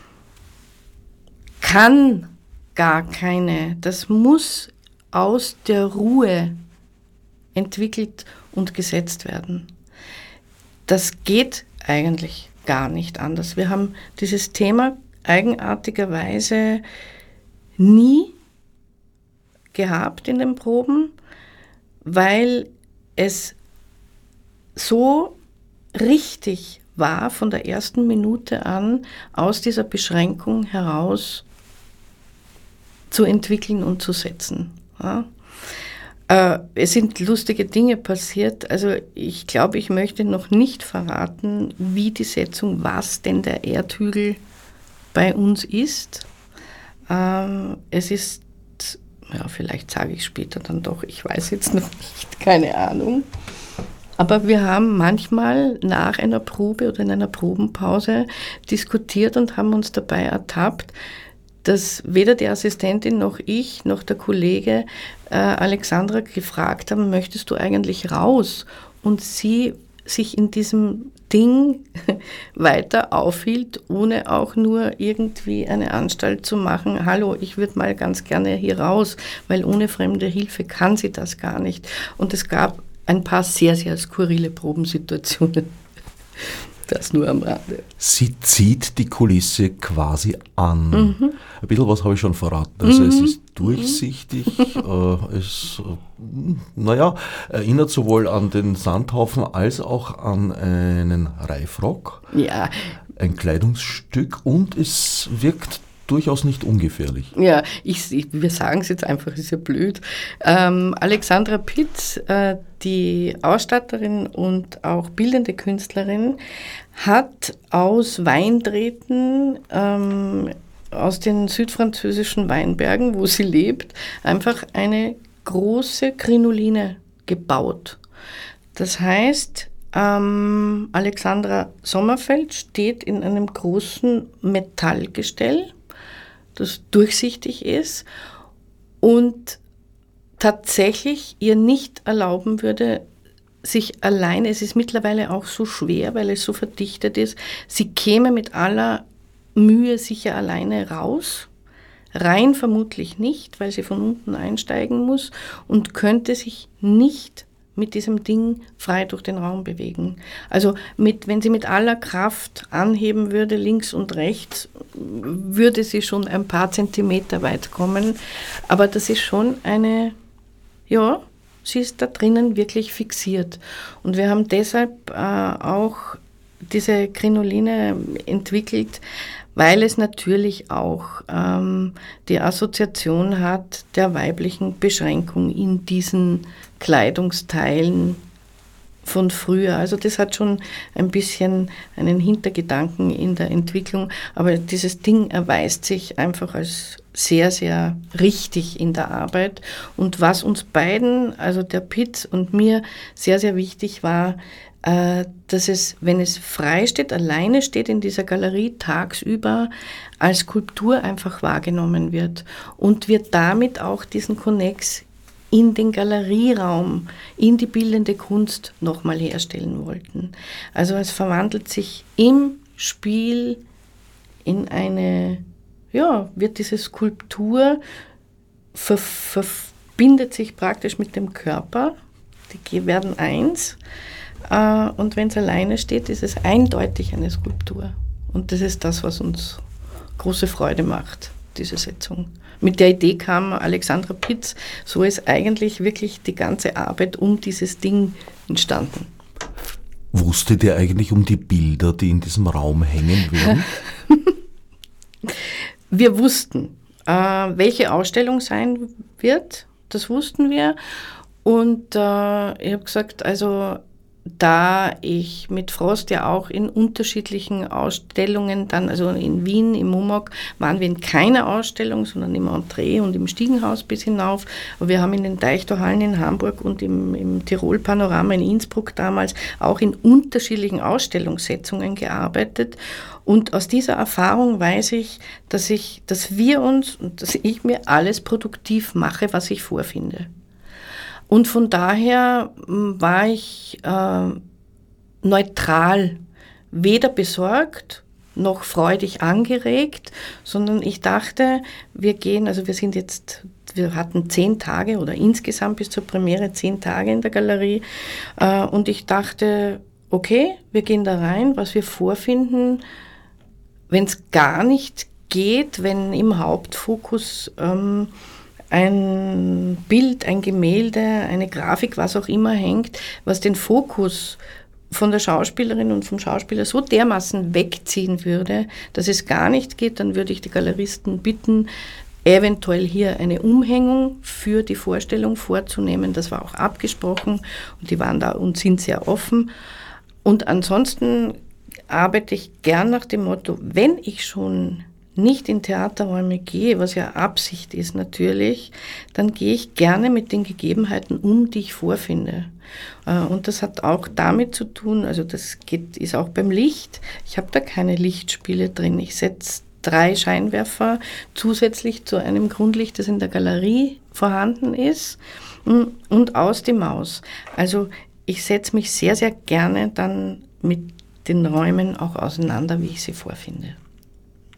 kann gar keine, das muss aus der Ruhe entwickelt und gesetzt werden. Das geht eigentlich gar nicht anders. Wir haben dieses Thema eigenartigerweise nie gehabt in den Proben, weil es so richtig war, von der ersten Minute an aus dieser Beschränkung heraus zu entwickeln und zu setzen. Ja. Äh, es sind lustige Dinge passiert. Also ich glaube, ich möchte noch nicht verraten, wie die Setzung, was denn der Erdhügel bei uns ist. Ähm, es ist Ja, vielleicht sage ich später dann doch, ich weiß jetzt noch nicht, keine Ahnung. Aber wir haben manchmal nach einer Probe oder in einer Probenpause diskutiert und haben uns dabei ertappt, dass weder die Assistentin noch ich noch der Kollege äh, Alexandra gefragt haben, möchtest du eigentlich raus? Und sie sich in diesem Ding weiter aufhielt, ohne auch nur irgendwie eine Anstalt zu machen. Hallo, ich würde mal ganz gerne hier raus, weil ohne fremde Hilfe kann sie das gar nicht. Und es gab ein paar sehr, sehr skurrile Probensituationen. Das nur am Rande. Sie zieht die Kulisse quasi an. Mhm. Ein bisschen was habe ich schon verraten. Also Mhm. es ist durchsichtig, äh, es, äh, naja, erinnert sowohl an den Sandhaufen als auch an einen Reifrock, Ja, ein Kleidungsstück, und es wirkt durchaus nicht ungefährlich. ja ich, ich, wir sagen es jetzt einfach, ist ja blöd. Ähm, Alexandra Pitz, äh, die Ausstatterin und auch bildende Künstlerin, hat aus Weindrähten ähm, aus den südfranzösischen Weinbergen, wo sie lebt, einfach eine große Krinoline gebaut. Das heißt, ähm, Alexandra Sommerfeld steht in einem großen Metallgestell, das durchsichtig ist und tatsächlich ihr nicht erlauben würde, sich alleine, es ist mittlerweile auch so schwer, weil es so verdichtet ist, sie käme mit aller Mühe sicher alleine raus, rein vermutlich nicht, weil sie von unten einsteigen muss und könnte sich nicht mit diesem Ding frei durch den Raum bewegen. Also mit, wenn sie mit aller Kraft anheben würde, links und rechts, würde sie schon ein paar Zentimeter weit kommen. Aber das ist schon eine, ja, sie ist da drinnen wirklich fixiert. Und wir haben deshalb äh, auch diese Krinoline entwickelt, weil es natürlich auch ähm, die Assoziation hat der weiblichen Beschränkung in diesen Kleidungsteilen von früher. Also das hat schon ein bisschen einen Hintergedanken in der Entwicklung, aber dieses Ding erweist sich einfach als sehr, sehr richtig in der Arbeit. Und was uns beiden, also der Pitz und mir, sehr, sehr wichtig war, dass es, wenn es frei steht, alleine steht in dieser Galerie tagsüber, als Skulptur einfach wahrgenommen wird und wir damit auch diesen Konnex in den Galerieraum, in die bildende Kunst nochmal herstellen wollten. Also es verwandelt sich im Spiel in eine, ja, wird diese Skulptur, ver, verbindet sich praktisch mit dem Körper, die werden eins. Und wenn es alleine steht, ist es eindeutig eine Skulptur. Und das ist das, was uns große Freude macht, diese Setzung. Mit der Idee kam Alexandra Pitz, so ist eigentlich wirklich die ganze Arbeit um dieses Ding entstanden. Wusstet ihr eigentlich um die Bilder, die in diesem Raum hängen werden? Wir wussten, äh, welche Ausstellung sein wird, das wussten wir. Und äh, ich habe gesagt, also da ich mit Frost ja auch in unterschiedlichen Ausstellungen dann, also in Wien, im Mumok, waren wir in keiner Ausstellung, sondern im Entree und im Stiegenhaus bis hinauf. Aber wir haben in den Deichtorhallen in Hamburg und im, im Tirol Panorama in Innsbruck damals auch in unterschiedlichen Ausstellungssetzungen gearbeitet. Und aus dieser Erfahrung weiß ich, dass ich, dass wir uns und dass ich mir alles produktiv mache, was ich vorfinde. Und von daher war ich äh, neutral, weder besorgt noch freudig angeregt, sondern ich dachte, wir gehen, also wir sind jetzt, wir hatten zehn Tage oder insgesamt bis zur Premiere zehn Tage in der Galerie äh, und ich dachte, okay, wir gehen da rein, was wir vorfinden, wenn es gar nicht geht, wenn im Hauptfokus ähm, ein Bild, ein Gemälde, eine Grafik, was auch immer hängt, was den Fokus von der Schauspielerin und vom Schauspieler so dermaßen wegziehen würde, dass es gar nicht geht, dann würde ich die Galeristen bitten, eventuell hier eine Umhängung für die Vorstellung vorzunehmen. Das war auch abgesprochen und die waren da und sind sehr offen. Und ansonsten arbeite ich gern nach dem Motto, wenn ich schon nicht in Theaterräume gehe, was ja Absicht ist natürlich, dann gehe ich gerne mit den Gegebenheiten um, die ich vorfinde. Und das hat auch damit zu tun, also das geht, ist auch beim Licht, ich habe da keine Lichtspiele drin. Ich setze drei Scheinwerfer zusätzlich zu einem Grundlicht, das in der Galerie vorhanden ist, und aus die Maus. Also ich setze mich sehr, sehr gerne dann mit den Räumen auch auseinander, wie ich sie vorfinde.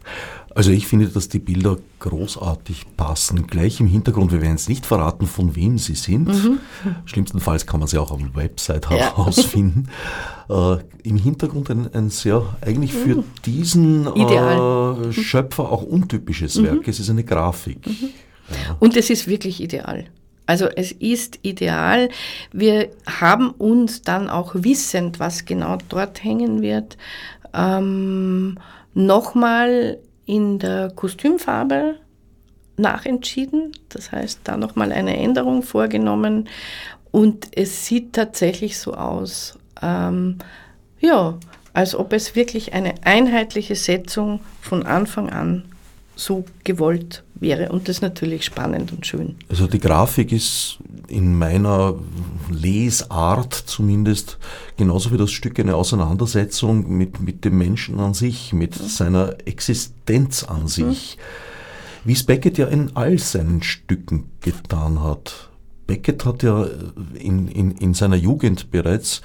Also ich finde, dass die Bilder großartig passen. Gleich im Hintergrund, wir werden jetzt nicht verraten, von wem sie sind. Mhm. Schlimmstenfalls kann man sie auch auf der Website herausfinden. Ja. Äh, Im Hintergrund ein, ein sehr, eigentlich für mhm. diesen äh, Schöpfer auch untypisches mhm. Werk. Es ist eine Grafik. Mhm. Ja. Und es ist wirklich ideal. Also es ist ideal. Wir haben uns dann auch wissend, was genau dort hängen wird, ähm, nochmal in der Kostümfarbe nachentschieden. Das heißt, da nochmal eine Änderung vorgenommen. Und es sieht tatsächlich so aus, ähm, ja, als ob es wirklich eine einheitliche Setzung von Anfang an so gewollt wäre. Und das ist natürlich spannend und schön. Also die Grafik ist in meiner Lesart zumindest genauso wie das Stück eine Auseinandersetzung mit, mit dem Menschen an sich, mit mhm. seiner Existenz an sich. Mhm. Wie es Beckett ja in all seinen Stücken getan hat. Beckett hat ja in, in, in seiner Jugend bereits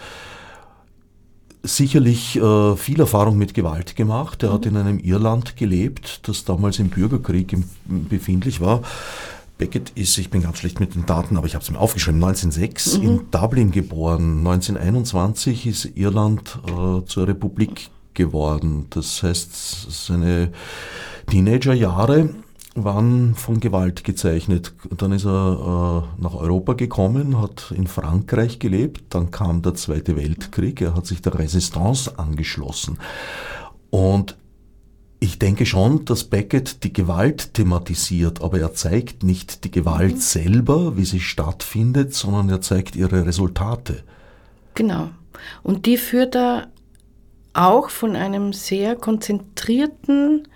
sicherlich äh, viel Erfahrung mit Gewalt gemacht. Er mhm. hat in einem Irland gelebt, das damals im Bürgerkrieg im, befindlich war. Beckett ist, ich bin ganz schlecht mit den Daten, aber ich habe es mir aufgeschrieben, neunzehnhundertsechs mhm. in Dublin geboren. neunzehnhunderteinundzwanzig ist Irland äh, zur Republik geworden. Das heißt, seine Teenagerjahre waren von Gewalt gezeichnet. Dann ist er äh, nach Europa gekommen, hat in Frankreich gelebt, dann kam der Zweite Weltkrieg, er hat sich der Resistance angeschlossen. Und ich denke schon, dass Beckett die Gewalt thematisiert, aber er zeigt nicht die Gewalt mhm. selber, wie sie stattfindet, sondern er zeigt ihre Resultate. Genau. Und die führt er auch von einem sehr konzentrierten,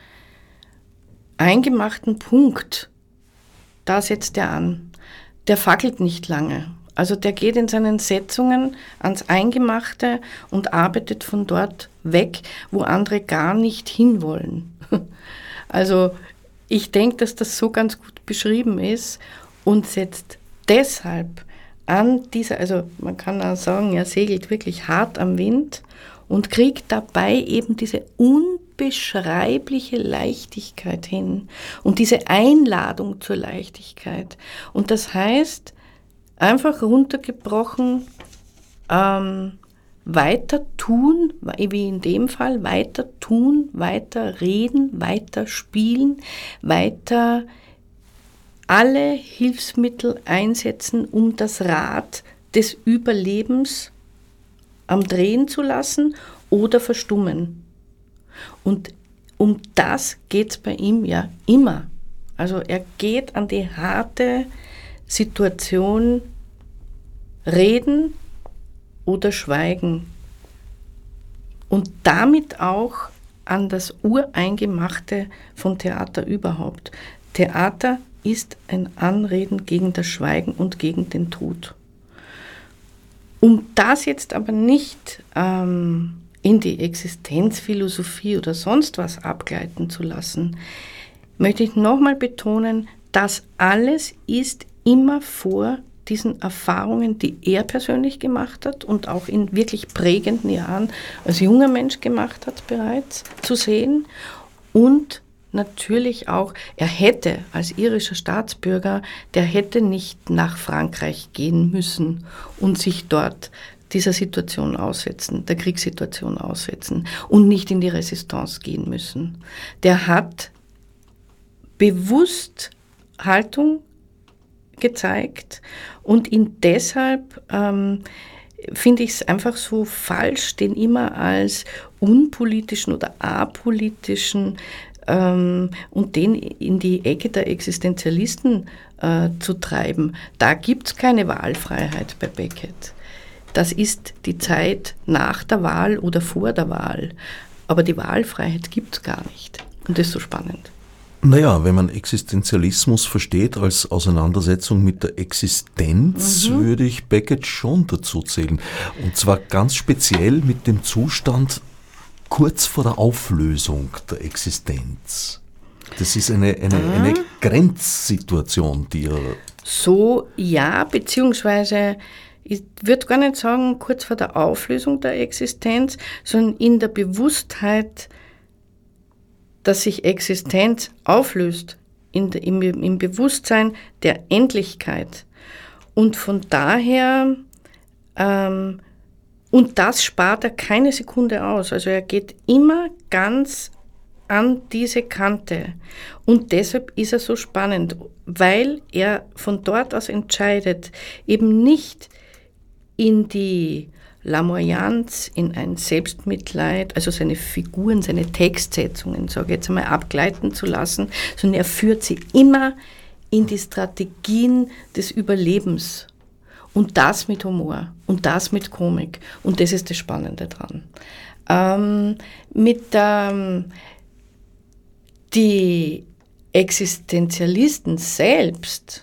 eingemachten Punkt, da setzt er an. Der fackelt nicht lange. Also der geht in seinen Setzungen ans Eingemachte und arbeitet von dort weg, wo andere gar nicht hinwollen. Also ich denke, dass das so ganz gut beschrieben ist und setzt deshalb an dieser, also man kann auch sagen, er segelt wirklich hart am Wind und kriegt dabei eben diese unbeschreibliche Leichtigkeit hin und diese Einladung zur Leichtigkeit. Und das heißt, einfach runtergebrochen, ähm, weiter tun, wie in dem Fall, weiter tun, weiter reden, weiter spielen, weiter alle Hilfsmittel einsetzen, um das Rad des Überlebens am Drehen zu lassen oder verstummen. Und um das geht es bei ihm ja immer. Also er geht an die harte Situation reden oder schweigen. Und damit auch an das Ureingemachte von Theater überhaupt. Theater ist ein Anreden gegen das Schweigen und gegen den Tod. Um das jetzt aber nicht ähm, in die Existenzphilosophie oder sonst was abgleiten zu lassen, möchte ich nochmal betonen, das alles ist immer vor diesen Erfahrungen, die er persönlich gemacht hat und auch in wirklich prägenden Jahren als junger Mensch gemacht hat bereits, zu sehen. Und natürlich auch, er hätte als irischer Staatsbürger, der hätte nicht nach Frankreich gehen müssen und sich dort dieser Situation aussetzen, der Kriegssituation aussetzen und nicht in die Resistance gehen müssen. Der hat bewusst Haltung gezeigt und ihn deshalb ähm, finde ich es einfach so falsch, den immer als unpolitischen oder apolitischen ähm, und den in die Ecke der Existenzialisten äh, zu treiben. Da gibt es keine Wahlfreiheit bei Beckett. Das ist die Zeit nach der Wahl oder vor der Wahl. Aber die Wahlfreiheit gibt es gar nicht. Und das ist so spannend. Naja, wenn man Existenzialismus versteht als Auseinandersetzung mit der Existenz, mhm. würde ich Beckett schon dazu zählen. Und zwar ganz speziell mit dem Zustand kurz vor der Auflösung der Existenz. Das ist eine, eine, ah. eine Grenzsituation, die er... So, ja, beziehungsweise... Ich würde gar nicht sagen, kurz vor der Auflösung der Existenz, sondern in der Bewusstheit, dass sich Existenz auflöst in, im, im Bewusstsein der Endlichkeit. Und von daher, ähm, und das spart er keine Sekunde aus. Also er geht immer ganz an diese Kante. Und deshalb ist er so spannend, weil er von dort aus entscheidet, eben nicht in die Lamoyanz, in ein Selbstmitleid, also seine Figuren, seine Textsetzungen, sage ich jetzt einmal, abgleiten zu lassen, sondern er führt sie immer in die Strategien des Überlebens. Und das mit Humor und das mit Komik. Und das ist das Spannende dran. Ähm, mit ähm, die Existenzialisten selbst,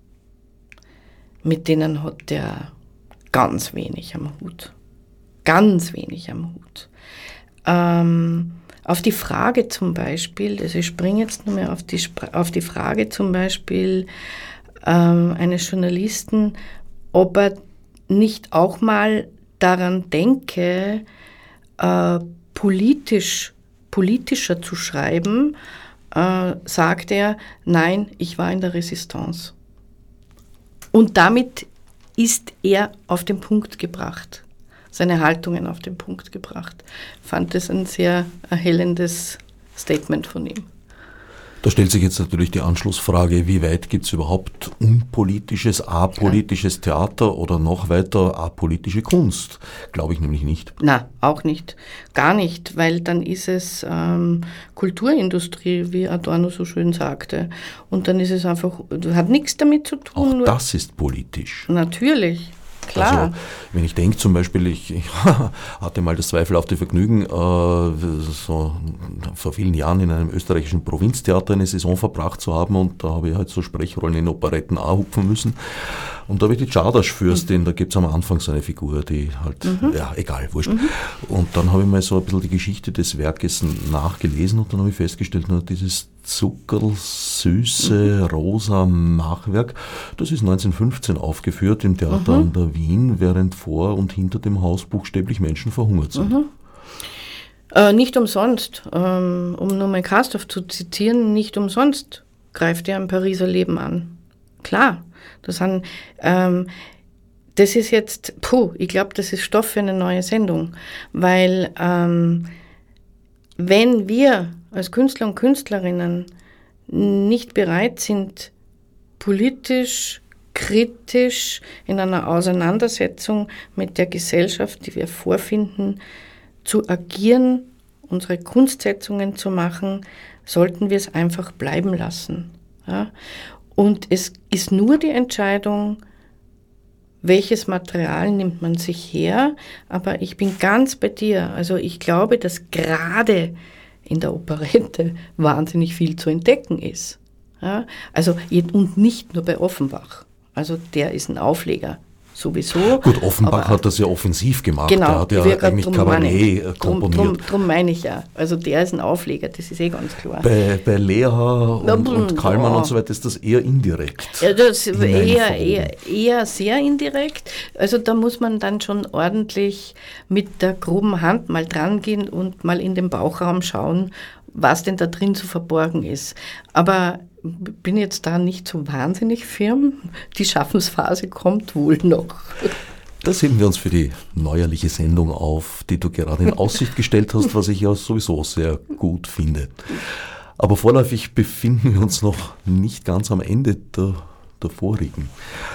mit denen hat der ganz wenig am Hut. Ganz wenig am Hut. Ähm, auf die Frage zum Beispiel, also ich springe jetzt nur mehr auf die, auf die Frage zum Beispiel ähm, eines Journalisten, ob er nicht auch mal daran denke, äh, politisch, politischer zu schreiben, äh, sagt er, nein, ich war in der Resistance. Und damit ist er auf den Punkt gebracht, seine Haltungen auf den Punkt gebracht. Ich fand das ein sehr erhellendes Statement von ihm. Da stellt sich jetzt natürlich die Anschlussfrage, wie weit gibt es überhaupt unpolitisches, apolitisches Theater oder noch weiter apolitische Kunst? Glaube ich nämlich nicht. Na, auch nicht. Gar nicht, weil dann ist es ähm, Kulturindustrie, wie Adorno so schön sagte. Und dann ist es einfach, hat nichts damit zu tun. Auch nur das ist politisch. Natürlich. Klar. Also, wenn ich denke zum Beispiel, ich, ich hatte mal das zweifelhafte Vergnügen, äh, so vor vielen Jahren in einem österreichischen Provinztheater eine Saison verbracht zu haben und da habe ich halt so Sprechrollen in Operetten auch hupfen müssen. Und da habe ich die Czardas-Fürstin, mhm. da gibt es am Anfang so eine Figur, die halt, mhm. ja, egal, wurscht. Mhm. Und dann habe ich mal so ein bisschen die Geschichte des Werkes nachgelesen und dann habe ich festgestellt, na, dieses zuckersüße, rosa Machwerk, das ist neunzehnhundertfünfzehn aufgeführt im Theater mhm. an der Wien, während vor und hinter dem Haus buchstäblich Menschen verhungert sind. Mhm. Äh, nicht umsonst, ähm, um nur mal Castorf zu zitieren, nicht umsonst greift er ein Pariser Leben an. Klar, das, haben, ähm, das ist jetzt, puh, ich glaube, das ist Stoff für eine neue Sendung, weil ähm, wenn wir als Künstler und Künstlerinnen nicht bereit sind, politisch, kritisch in einer Auseinandersetzung mit der Gesellschaft, die wir vorfinden, zu agieren, unsere Kunstsetzungen zu machen, sollten wir es einfach bleiben lassen. Ja? Und es ist nur die Entscheidung, welches Material nimmt man sich her, aber ich bin ganz bei dir. Also ich glaube, dass gerade in der Operette wahnsinnig viel zu entdecken ist. Ja? Also, und nicht nur bei Offenbach. Also der ist ein Aufleger. Sowieso. Gut, Offenbach hat das ja offensiv gemacht. Genau, der hat ja eigentlich Kabarett komponiert. Drum, drum meine ich ja. Also der ist ein Aufleger, das ist eh ganz klar. Bei, bei Leha und, und Kallmann ja. und so weiter ist das eher indirekt. Ja, das ist eher, eher, eher sehr indirekt. Also da muss man dann schon ordentlich mit der groben Hand mal dran gehen und mal in den Bauchraum schauen, was denn da drin zu verborgen ist. Aber bin jetzt da nicht so wahnsinnig firm. Die Schaffensphase kommt wohl noch. Das heben wir uns für die neuerliche Sendung auf, die du gerade in Aussicht gestellt hast, was ich ja sowieso sehr gut finde. Aber vorläufig befinden wir uns noch nicht ganz am Ende der, der vorigen.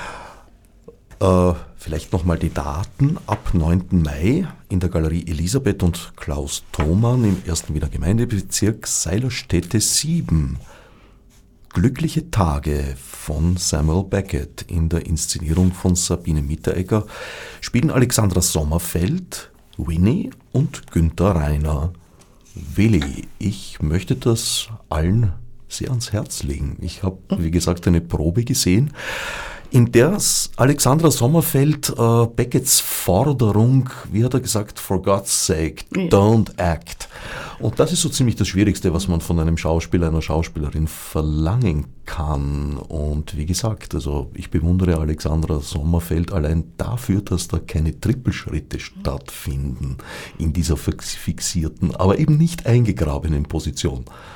Äh, vielleicht nochmal die Daten. Ab neunten Mai in der Galerie Elisabeth und Klaus Thomann im ersten Wiener Gemeindebezirk Seilerstätte sieben. Glückliche Tage von Samuel Beckett in der Inszenierung von Sabine Mitteregger spielen Alexandra Sommerfeld, Winnie und Günther Reiner. Willi, ich möchte das allen sehr ans Herz legen. Ich habe, wie gesagt, eine Probe gesehen, in der Alexandra Sommerfeld äh, Becketts Forderung, wie hat er gesagt, for God's sake, don't act. Und das ist so ziemlich das Schwierigste, was man von einem Schauspieler, einer Schauspielerin verlangen kann. Und wie gesagt, also ich bewundere Alexandra Sommerfeld allein dafür, dass da keine Trippelschritte stattfinden in dieser fixierten, aber eben nicht eingegrabenen Position.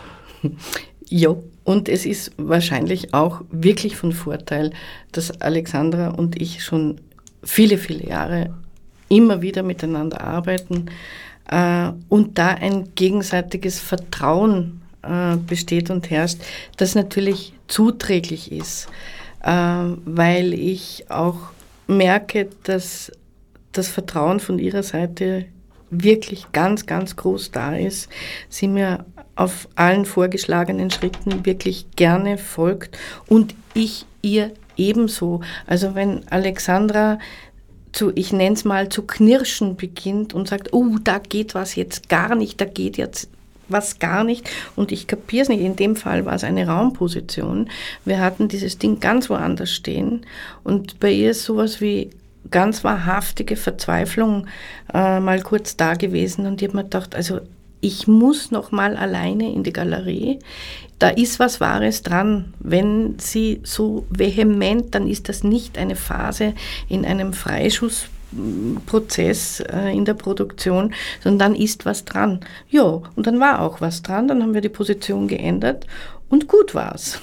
Ja, und es ist wahrscheinlich auch wirklich von Vorteil, dass Alexandra und ich schon viele, viele Jahre immer wieder miteinander arbeiten äh, und da ein gegenseitiges Vertrauen äh, besteht und herrscht, das natürlich zuträglich ist, äh, weil ich auch merke, dass das Vertrauen von ihrer Seite wirklich ganz, ganz groß da ist. Sie mir auf allen vorgeschlagenen Schritten wirklich gerne folgt und ich ihr ebenso. Also wenn Alexandra zu, ich nenne es mal, zu knirschen beginnt und sagt, oh, da geht was jetzt gar nicht, da geht jetzt was gar nicht und ich kapiere es nicht. In dem Fall war es eine Raumposition. Wir hatten dieses Ding ganz woanders stehen und bei ihr ist sowas wie ganz wahrhaftige Verzweiflung äh, mal kurz da gewesen und ich habe mir gedacht, also ich muss noch mal alleine in die Galerie, da ist was Wahres dran. Wenn sie so vehement, dann ist das nicht eine Phase in einem Freischussprozess äh, in der Produktion, sondern dann ist was dran. Ja, und dann war auch was dran, dann haben wir die Position geändert und gut war's.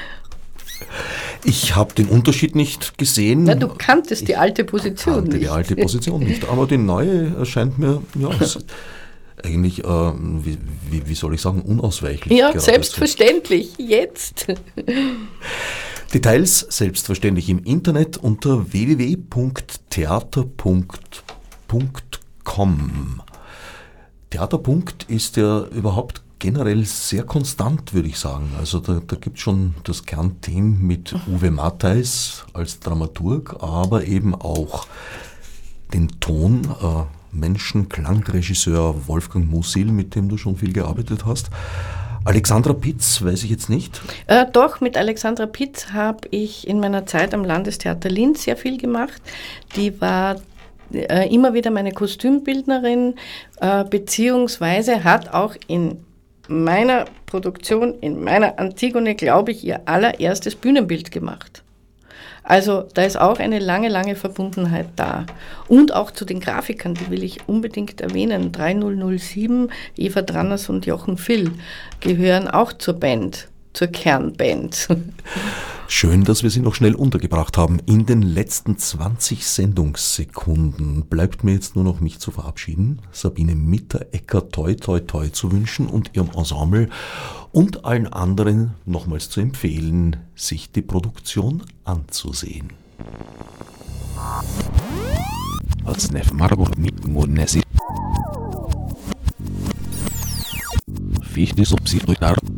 Ich habe den Unterschied nicht gesehen. Na, du kanntest die alte Position kannte nicht. die alte Position nicht, aber die neue erscheint mir ja, eigentlich, äh, wie, wie, wie soll ich sagen, unausweichlich. Ja, selbstverständlich, jetzt. Details selbstverständlich im Internet unter w w w punkt theater punkt com. Theaterpunkt ist ja überhaupt generell sehr konstant, würde ich sagen. Also da, da gibt es schon das Kernteam mit Uwe Matthijs als Dramaturg, aber eben auch den Ton, äh, Menschen, Klangregisseur Wolfgang Musil, mit dem du schon viel gearbeitet hast. Alexandra Pitz, weiß ich jetzt nicht. Äh, doch, mit Alexandra Pitz habe ich in meiner Zeit am Landestheater Linz sehr viel gemacht. Die war äh, immer wieder meine Kostümbildnerin, äh, beziehungsweise hat auch in meiner Produktion, in meiner Antigone, glaube ich, ihr allererstes Bühnenbild gemacht. Also da ist auch eine lange, lange Verbundenheit da. Und auch zu den Grafikern, die will ich unbedingt erwähnen. drei null null sieben, Eva Dranners und Jochen Vill gehören auch zur Band, zur Kernband. Schön, dass wir sie noch schnell untergebracht haben. In den letzten zwanzig Sendungssekunden bleibt mir jetzt nur noch mich zu verabschieden, Sabine Mitteregger toi toi toi zu wünschen und ihrem Ensemble und allen anderen nochmals zu empfehlen, sich die Produktion anzusehen. Fichte subsidiar